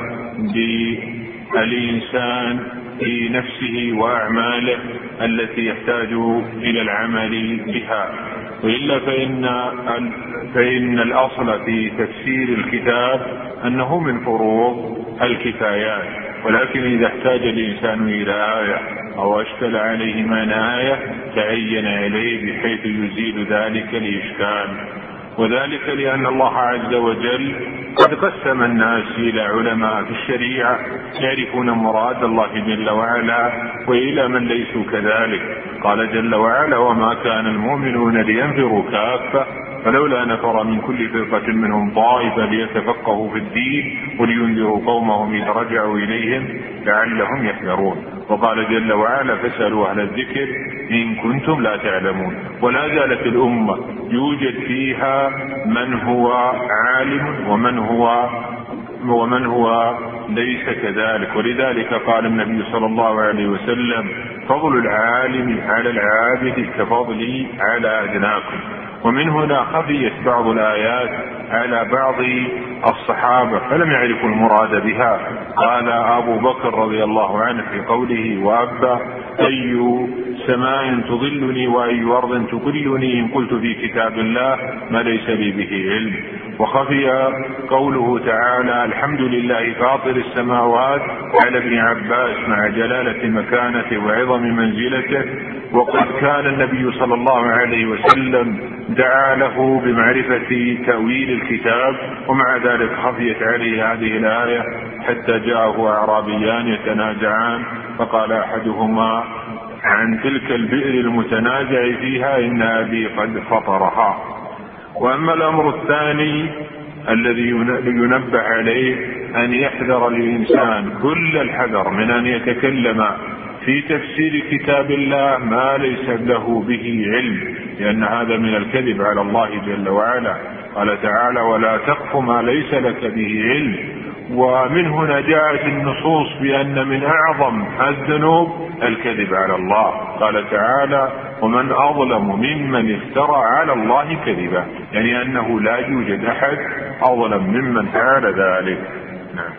بالإنسان في نفسه وأعماله التي يحتاج إلى العمل بها، وإلا فإن الأصل في تفسير الكتاب أنه من فروض الكفايات، ولكن إذا احتاج الإنسان إلى آية أو أشكل عليه معنى آية تعين إليه بحيث يزيل ذلك الإشكال، وذلك لأن الله عز وجل قد قسم الناس إلى علماء في الشريعة يعرفون مراد الله جل وعلا، وإلى من ليسوا كذلك. قال جل وعلا: وما كان المؤمنون لينفروا كافة فلولا نفر من كل فرقة منهم طائفة ليتفقهوا في الدين ولينذروا قومهم إذا رجعوا إليهم لعلهم يحذرون. وقال جل وعلا فاسألوا أهل الذكر إن كنتم لا تعلمون. ولا زالت الأمة يوجد فيها من هو عالم ومن هو ليس كذلك. ولذلك قال النبي صلى الله عليه وسلم فضل العالم على العابد كفضلي على أدناكم. ومن هنا خفيت بعض الآيات على بعض الصحابة فلم يعرفوا المراد بها. قال أبو بكر رضي الله عنه في قوله وأبى أي سماء تظلني وأي أرض تقلني إن قلت في كتاب الله ما ليس لي به علم. وخفي قوله تعالى الحمد لله فاطر السماوات على ابن عباس مع جلالة مكانته وعظم منزلته. وقد كان النبي صلى الله عليه وسلم دعا له بمعرفة تأويل الكتاب ومع ذلك خفيت عليه هذه الآية حتى جاءه أعرابيان يتنازعان فقال أحدهما عن تلك البئر المتنازع فيها إن أبي قد فطرها. وأما الأمر الثاني الذي ينبه عليه أن يحذر الإنسان كل الحذر من أن يتكلم في تفسير كتاب الله ما ليس له به علم، لأن هذا من الكذب على الله جل وعلا. قال تعالى ولا تقف ما ليس لك به علم. ومن هنا جاءت النصوص بأن من أعظم الذنوب الكذب على الله. قال تعالى ومن أظلم ممن افترى على الله كذبا، يعني أنه لا يوجد أحد أظلم ممن فعل ذلك. نعم.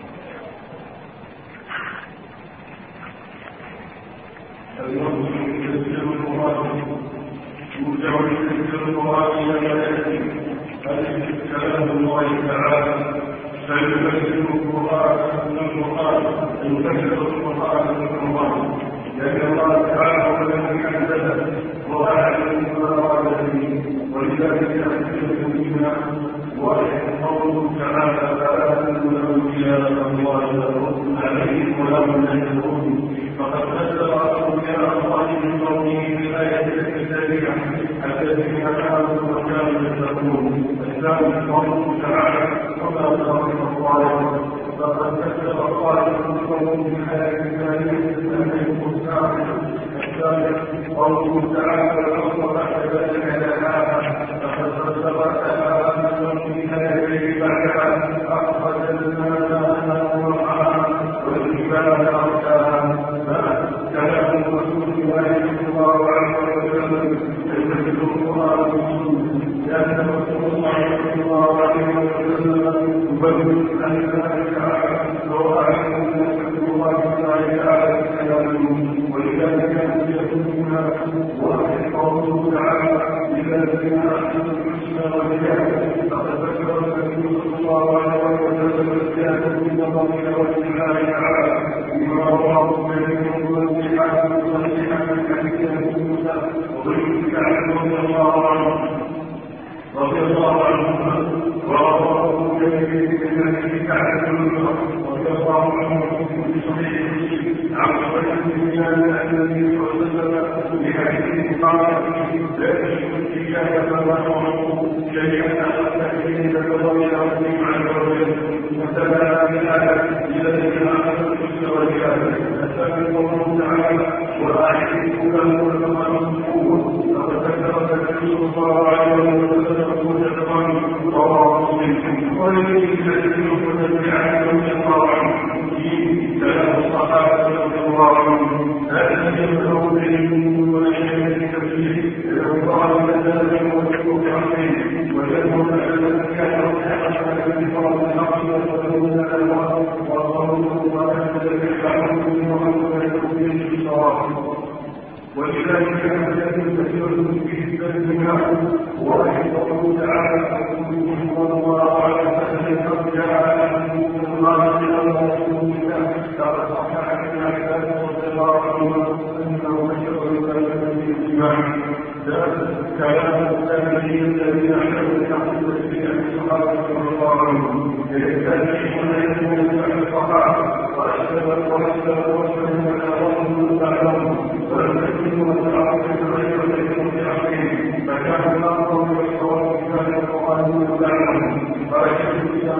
فيفسر القرآن من القرآن ويفسر القرآن من القرآن، لأن الله تعالى هو الذي أنزله وأعلم ما أراد به، ولذلك يحسن بنا وقوله تعالى فلا تكن أولياء الله لا عليهم ولا هم يشعرون. فقد فسر أولياء الله من قوله في الآية الكتابية الذين آمنوا وكانوا يتقون. الثاني قوله تعالى وما ترك الظالم. فقد فسر الظالم من قوله في الآية الثانية أنه الثالث. الثالث قوله تعالى والأرض بعد ذلك لها. فقد فسر الآية في الآية بعدها أخرج الماء والماء والجبال أرساها. كلام الرسول صلى الله عليه وسلم يجد القرآن والسنة، لأن رسول الله صلى الله عليه وسلم يبين أن ذلك وأعلم أن الله تعالى كلامه. ولذلك يكون واحد قوله تعالى للذين أحسنوا الحسنى وزيادة. فقد ذكر النبي صلى الله عليه وسلم الزيادة من الله والسبحانه تعالى بما رواه بينهم والصحابة والصحيحة من حديث موسى وغيره عنه رضي الله عنه ورواه بينهم من حديث رضي الله عنه في صحيح عن رسول الله النبي صلى الله عليه وسلم بحديث قال لا تشرك بالله فما تشركوا شيئا حتى تتولوا العظيم عز وجل. وتلا بالآية الذين آمنوا الحسنى والجهاد. الثاني قوله تعالى وأعدوا لهم كما تنفقون. فقد ذكر النبي صلى الله عليه وسلم وجدان رواه مسلم. ولذلك الذين متبعين رضي الله عنهم في كلام الصحابة رضي الله عنهم هذا يبلغ بهم وشيء التفسير وقال ذلك ويكون عليه ويكون الذي كان يحصل بفرض الحق ويكون الألوان وقوله وأنزل الحكم وأنزل الصواب. ولذلك كان كثير في الدنيا وقوله تعالى وقوله الله على فسد جاء من الله ورسوله قال صح عن العباد رضي الله عنهم انه بشر يكلم بالاجماع. كلام التابعين الذين احسنوا الحق والسيئه الصحابه رضي الله عنهم يستهزئون يسمون الصحابه واشهدوا وسلموا على رسول الله ولم يكونوا متعاطفين غير ذلك فكان الامر بالصواب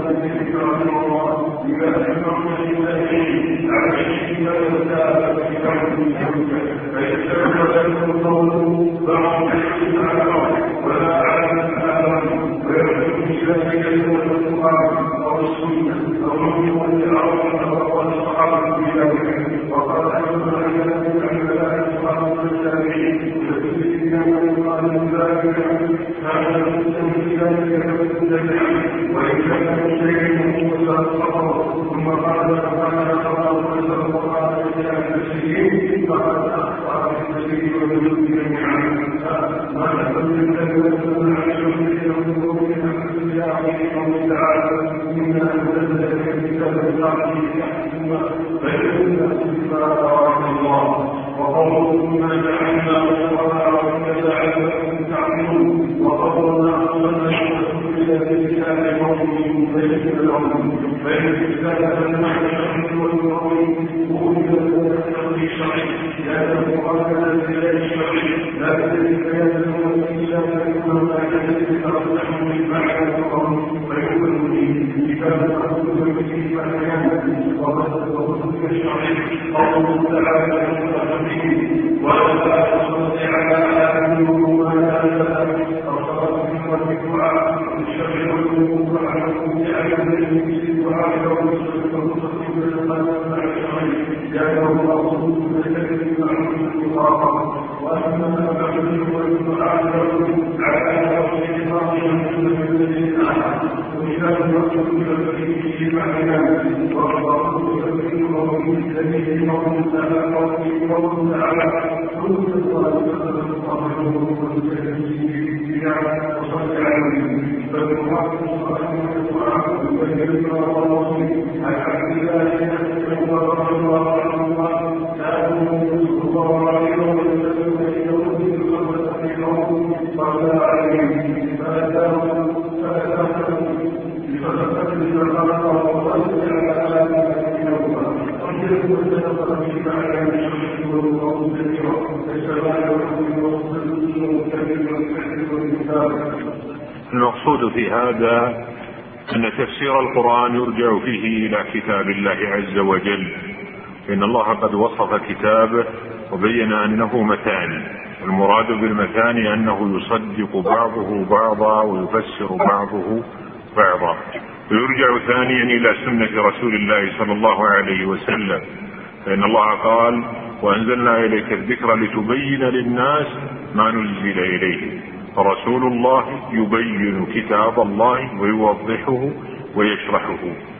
المقصود في هذا أن تفسير القرآن يرجع فيه إلى كتاب الله عز وجل، فإن الله قد وصف كتابه وبين أنه مثاني. المراد بالمثاني أنه يصدق بعضه بعضا ويفسر بعضه بعضا. ويرجع ثانيا إلى سنة رسول الله صلى الله عليه وسلم، فإن الله قال: وأنزلنا إليك الذكر لتبين للناس ما نزل إليه. فرسول الله يبين كتاب الله ويوضحه ويشرحه.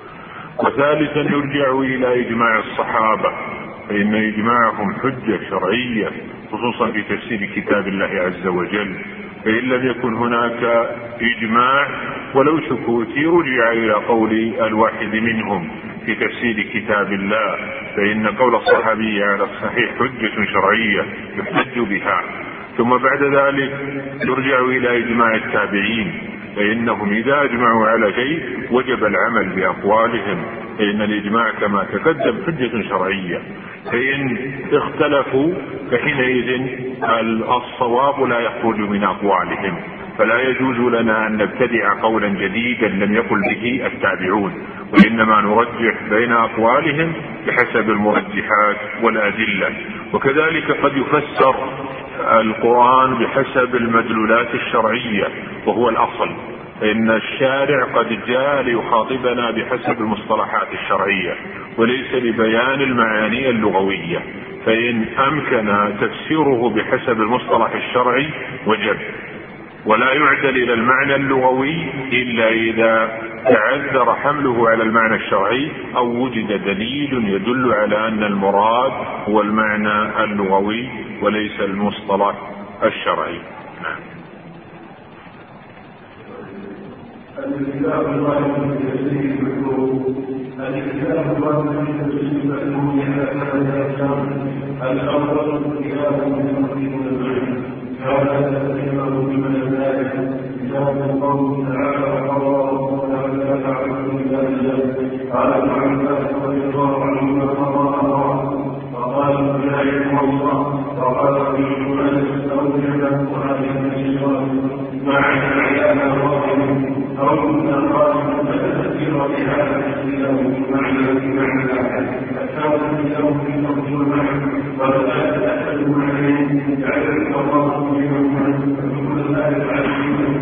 وثالثا يرجع إلى إجماع الصحابة، فإن إجماعهم حجة شرعية خصوصا في تفسير كتاب الله عز وجل. فإن لم يكن هناك إجماع ولو سكوت يرجع إلى قول الواحد منهم في تفسير كتاب الله، فإن قول الصحابي على الصحيح حجة شرعية يحتج بها. ثم بعد ذلك يرجع إلى إجماع التابعين، فإنهم إذا أجمعوا على شيء وجب العمل بأقوالهم، فإن الإجماع كما تقدم حجة شرعية. فإن اختلفوا فحينئذ الصواب لا يخرج من أقوالهم، فلا يجوز لنا أن نبتدع قولا جديدا لم يقل به التابعون، وإنما نرجح بين أقوالهم بحسب المرجحات والأدلة. وكذلك قد يفسر القرآن بحسب المدلولات الشرعية وهو الأصل، فإن الشارع قد جاء ليخاطبنا بحسب المصطلحات الشرعية وليس لبيان المعاني اللغوية، فإن أمكن تفسيره بحسب المصطلح الشرعي وجب، ولا يعدل إلى المعنى اللغوي إلا إذا تعذر حمله على المعنى الشرعي أو وجد دليل يدل على أن المراد هو المعنى اللغوي وليس المصطلح الشرعي. نعم. الكتاب الله من تفسير المكروه، الكتاب الله من تفسير المكروه الأول كتاب من تفسير العلم، هذا تفسيره بمن ذلك كتاب الله تعالى وقضاه ولا تعبدوا الا اياه. قال ابن عباس رضي الله عنهما فقال مجاهد الله وقال رجل أن أوجد وهذه الشيطان مع العيان الراحل أو من الراحل فتذكر بهذا الاختلاف بمعنى الثالث له في الأرض ولا تأخذ عليه يعرف الله منهم وكل ذلك عليه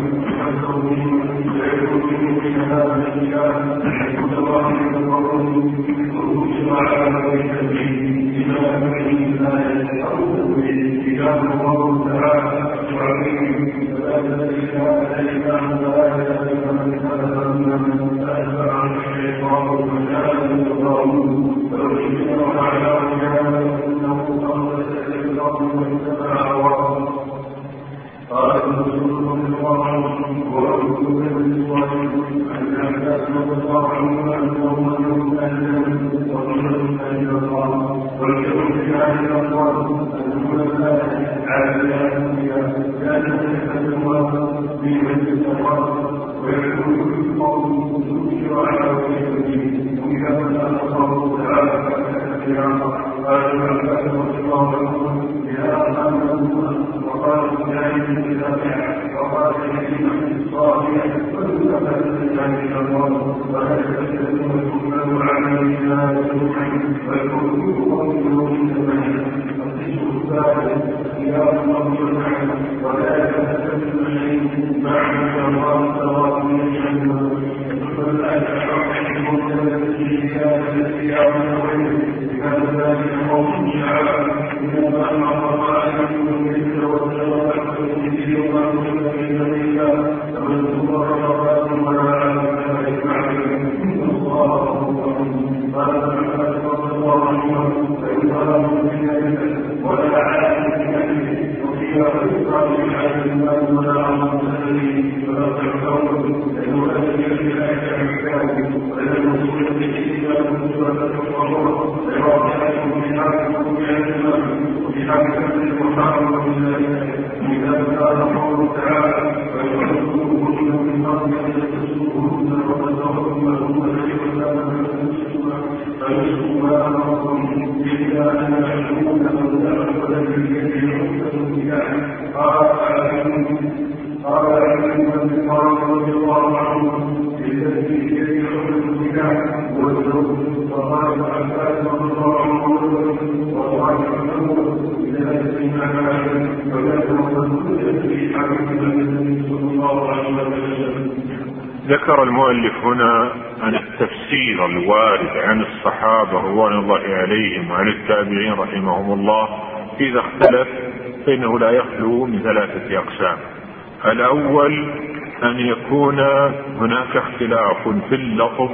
ويكون من هذا الإله يكون الله من الرسول وأجر على ويتبعين إلى أمره لا يتحول إله الله تعالى وعليم فلا إله إلا الله لا إله إلا من أتبع عن الشيطان وجعل الله فأجر على وجعل إنه قال الأرض واتبع هواه قال الرسول صلى الله عليه وسلم وأقول للصالحين أن الناس رضي الله عنهم أنهم من أهل ورجل أهل الله والكون في أهل الله أنهم لا عالم لا يتكلم الله في مجلس الله ويكون كل قوم ذكر على وجهه وإذا كان الله تعالى قال العباس رضي الله عنهم يا أمام وقال الجاهل إذا وقال الذين صالحا كل ذلك الله ولا يتكلم الكفار عن الله ويكون قوم يا الله ولا يتكلم شيء معنى الله سواء ذكر المؤلف هنا أن التفسير الوارد عن الصحابة رضوان الله عليهم وعن التابعين رحمهم الله إذا اختلف فإنه لا يخلو من ثلاثة أقسام. الأول أن يكون هناك اختلاف في اللفظ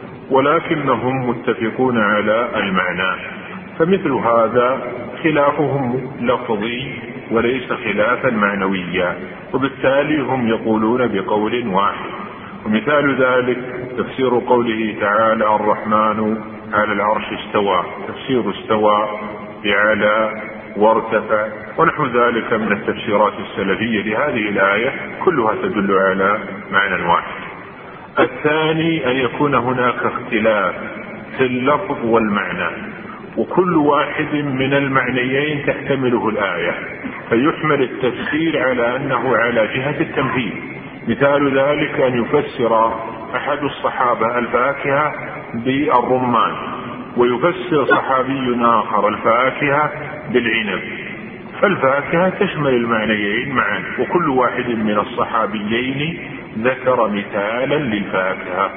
ولكنهم متفقون على المعنى، فمثل هذا خلافهم لفظي وليس خلافا معنويا، وبالتالي هم يقولون بقول واحد. ومثال ذلك تفسير قوله تعالى الرحمن على العرش استوى، تفسير استوى بعلى وارتفع ونحو ذلك من التفسيرات السلفية لهذه الآية كلها تدل على معنى واحد. الثاني أن يكون هناك اختلاف في اللفظ والمعنى، وكل واحد من المعنيين تحتمله الآية، فيحمل التفسير على أنه على جهة التمثيل. مثال ذلك أن يفسر أحد الصحابة الفاكهة بالرمان، ويفسر صحابي آخر الفاكهة بالعنب، فالفاكهة تشمل المعنيين معا، وكل واحد من الصحابيين ذكر مثالا للفاكهة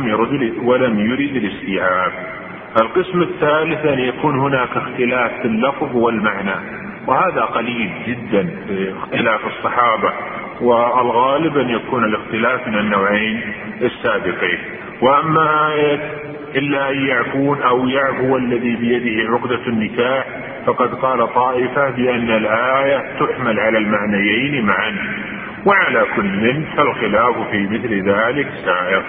ولم يرد الاستيعاب. القسم الثالث أن يكون هناك اختلاف في اللفظ والمعنى، وهذا قليل جدا في اختلاف الصحابة، والغالب أن يكون الاختلاف من النوعين السابقين. وأما إلا أن يعفون أو يعفو الذي بيده عقدة النكاح فقد قال طائفة بأن الآية تحمل على المعنيين معا، وعلى كل فالخلاف في مثل ذلك سائر.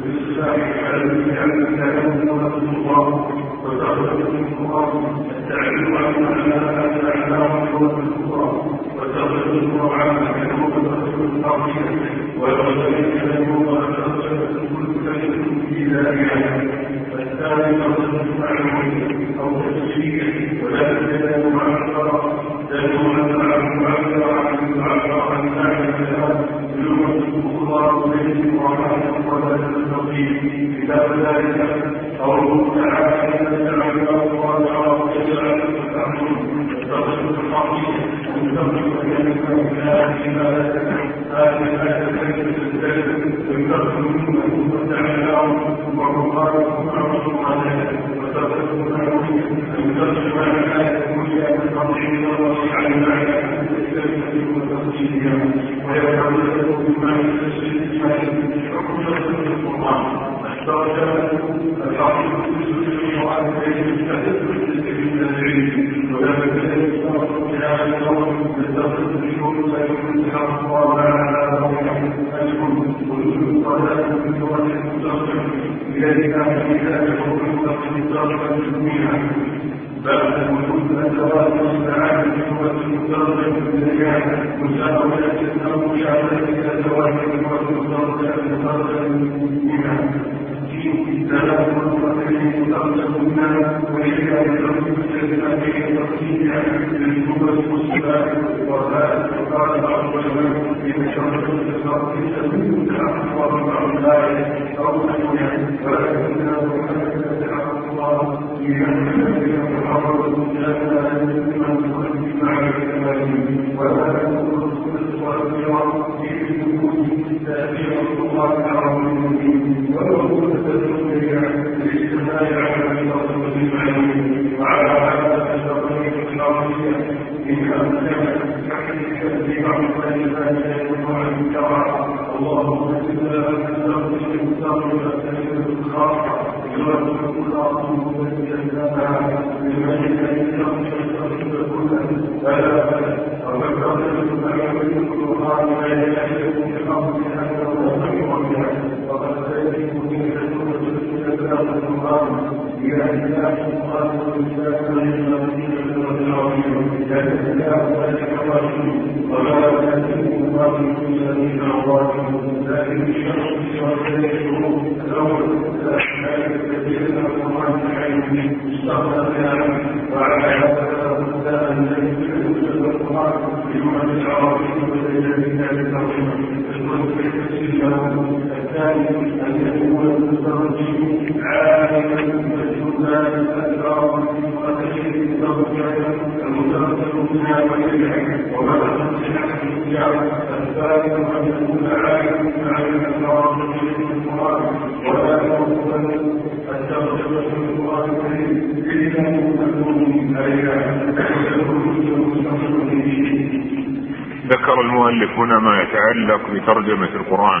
ذكر المؤلف هنا ما يتعلق بترجمة القرآن.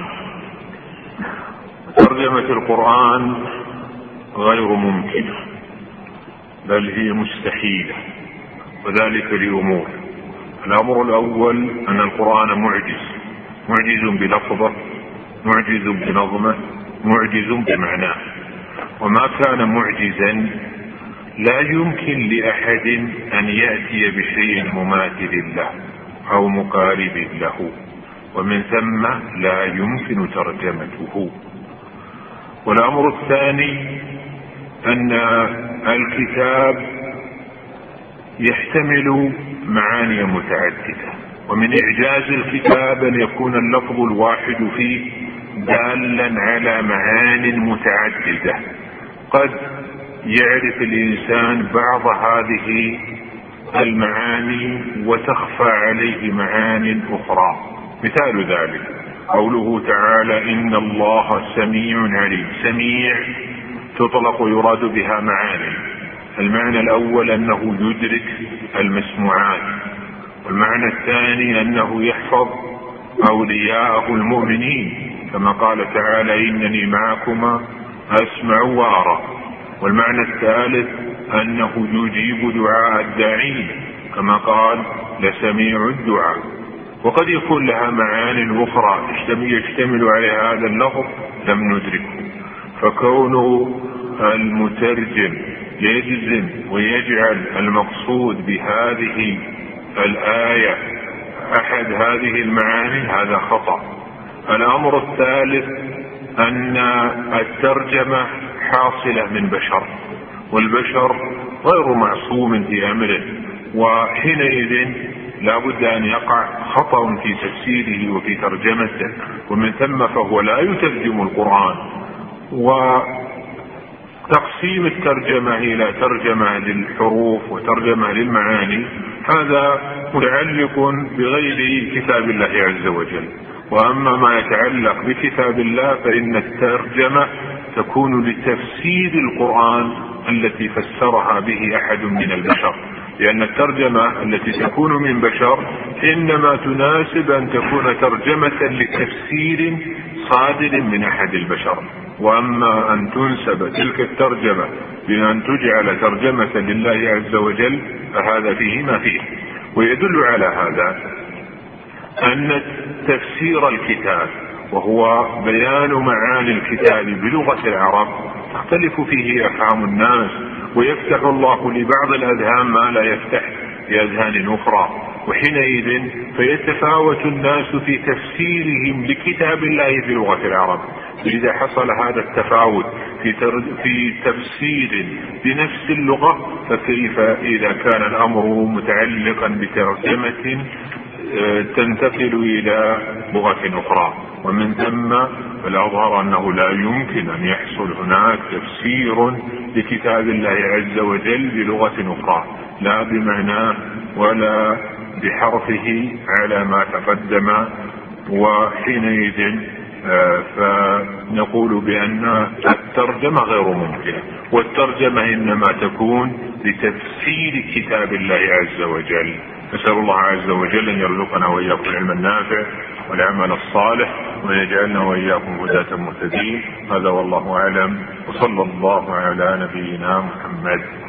ترجمة القرآن غير ممكنة، بل هي مستحيلة، وذلك لأمور. الأمر الأول أن القرآن معجز بلفظه، معجز بنظمه، معجز بمعناه، وما كان معجزا لا يمكن لأحد أن يأتي بشيء مماثل له أو مقارب له، ومن ثم لا يمكن ترجمته. والأمر الثاني أن الكتاب يحتمل معاني متعددة، ومن إعجاز الكتاب أن يكون اللفظ الواحد فيه دالا على معان متعددة. قد يعرف الإنسان بعض هذه المعاني وتخفى عليه معان أخرى. مثال ذلك قوله تعالى: إن الله سميع عليم. سميع تطلق يراد بها معاني. المعنى الأول أنه يدرك المسموعات، والمعنى الثاني أنه يحفظ أولياءه المؤمنين، كما قال تعالى: إنني معكما أسمع وأرى. والمعنى الثالث أنه يجيب دعاء الداعين، كما قال: لسميع الدعاء. وقد يكون لها معان أخرى يشتمل عليها هذا اللفظ لم ندركه. فكون المترجم يجزم ويجعل المقصود بهذه الآية أحد هذه المعاني هذا خطأ. الأمر الثالث أن الترجمة حاصلة من بشر، والبشر غير معصوم في أمره، وحينئذ لا بد أن يقع خطأ في تفسيره وفي ترجمته، ومن ثم فهو لا يترجم القرآن. وتقسيم الترجمة إلى ترجمة للحروف وترجمة للمعاني هذا متعلق بغير كتاب الله عز وجل. وأما ما يتعلق بكتاب الله فإن الترجمة تكون لتفسير القرآن التي فسرها به أحد من البشر، لأن الترجمة التي تكون من بشر إنما تناسب أن تكون ترجمة لتفسير صادر من أحد البشر. وأما أن تنسب تلك الترجمة بأن تجعل ترجمة لله عز وجل فهذا فيه ما فيه. ويدل على هذا أن تفسير الكتاب وهو بيان معاني الكتاب بلغة العرب تختلف فيه أفهام الناس، ويفتح الله لبعض الأذهان ما لا يفتح لأذهان أخرى، وحينئذ فيتفاوت الناس في تفسيرهم لكتاب الله في لغة العرب. إذا حصل هذا التفاوت في تفسير بنفس اللغة فكيف إذا كان الأمر متعلقا بترجمة تنتقل إلى لغة أخرى؟ ومن ثم فالأظهر أنه لا يمكن أن يحصل هناك تفسير لكتاب الله عز وجل بلغة أخرى لا بمعناه ولا بحرفه على ما تقدم. وحينئذ فنقول بأن الترجمة غير ممكنة، والترجمة إنما تكون لتفسير كتاب الله عز وجل. نسأل الله عز وجل أن يرزقنا وإياكم العلم النافع والعمل الصالح، ويجعلنا وإياكم هداة مهتدين. هذا والله أعلم، وصلى الله على نبينا محمد.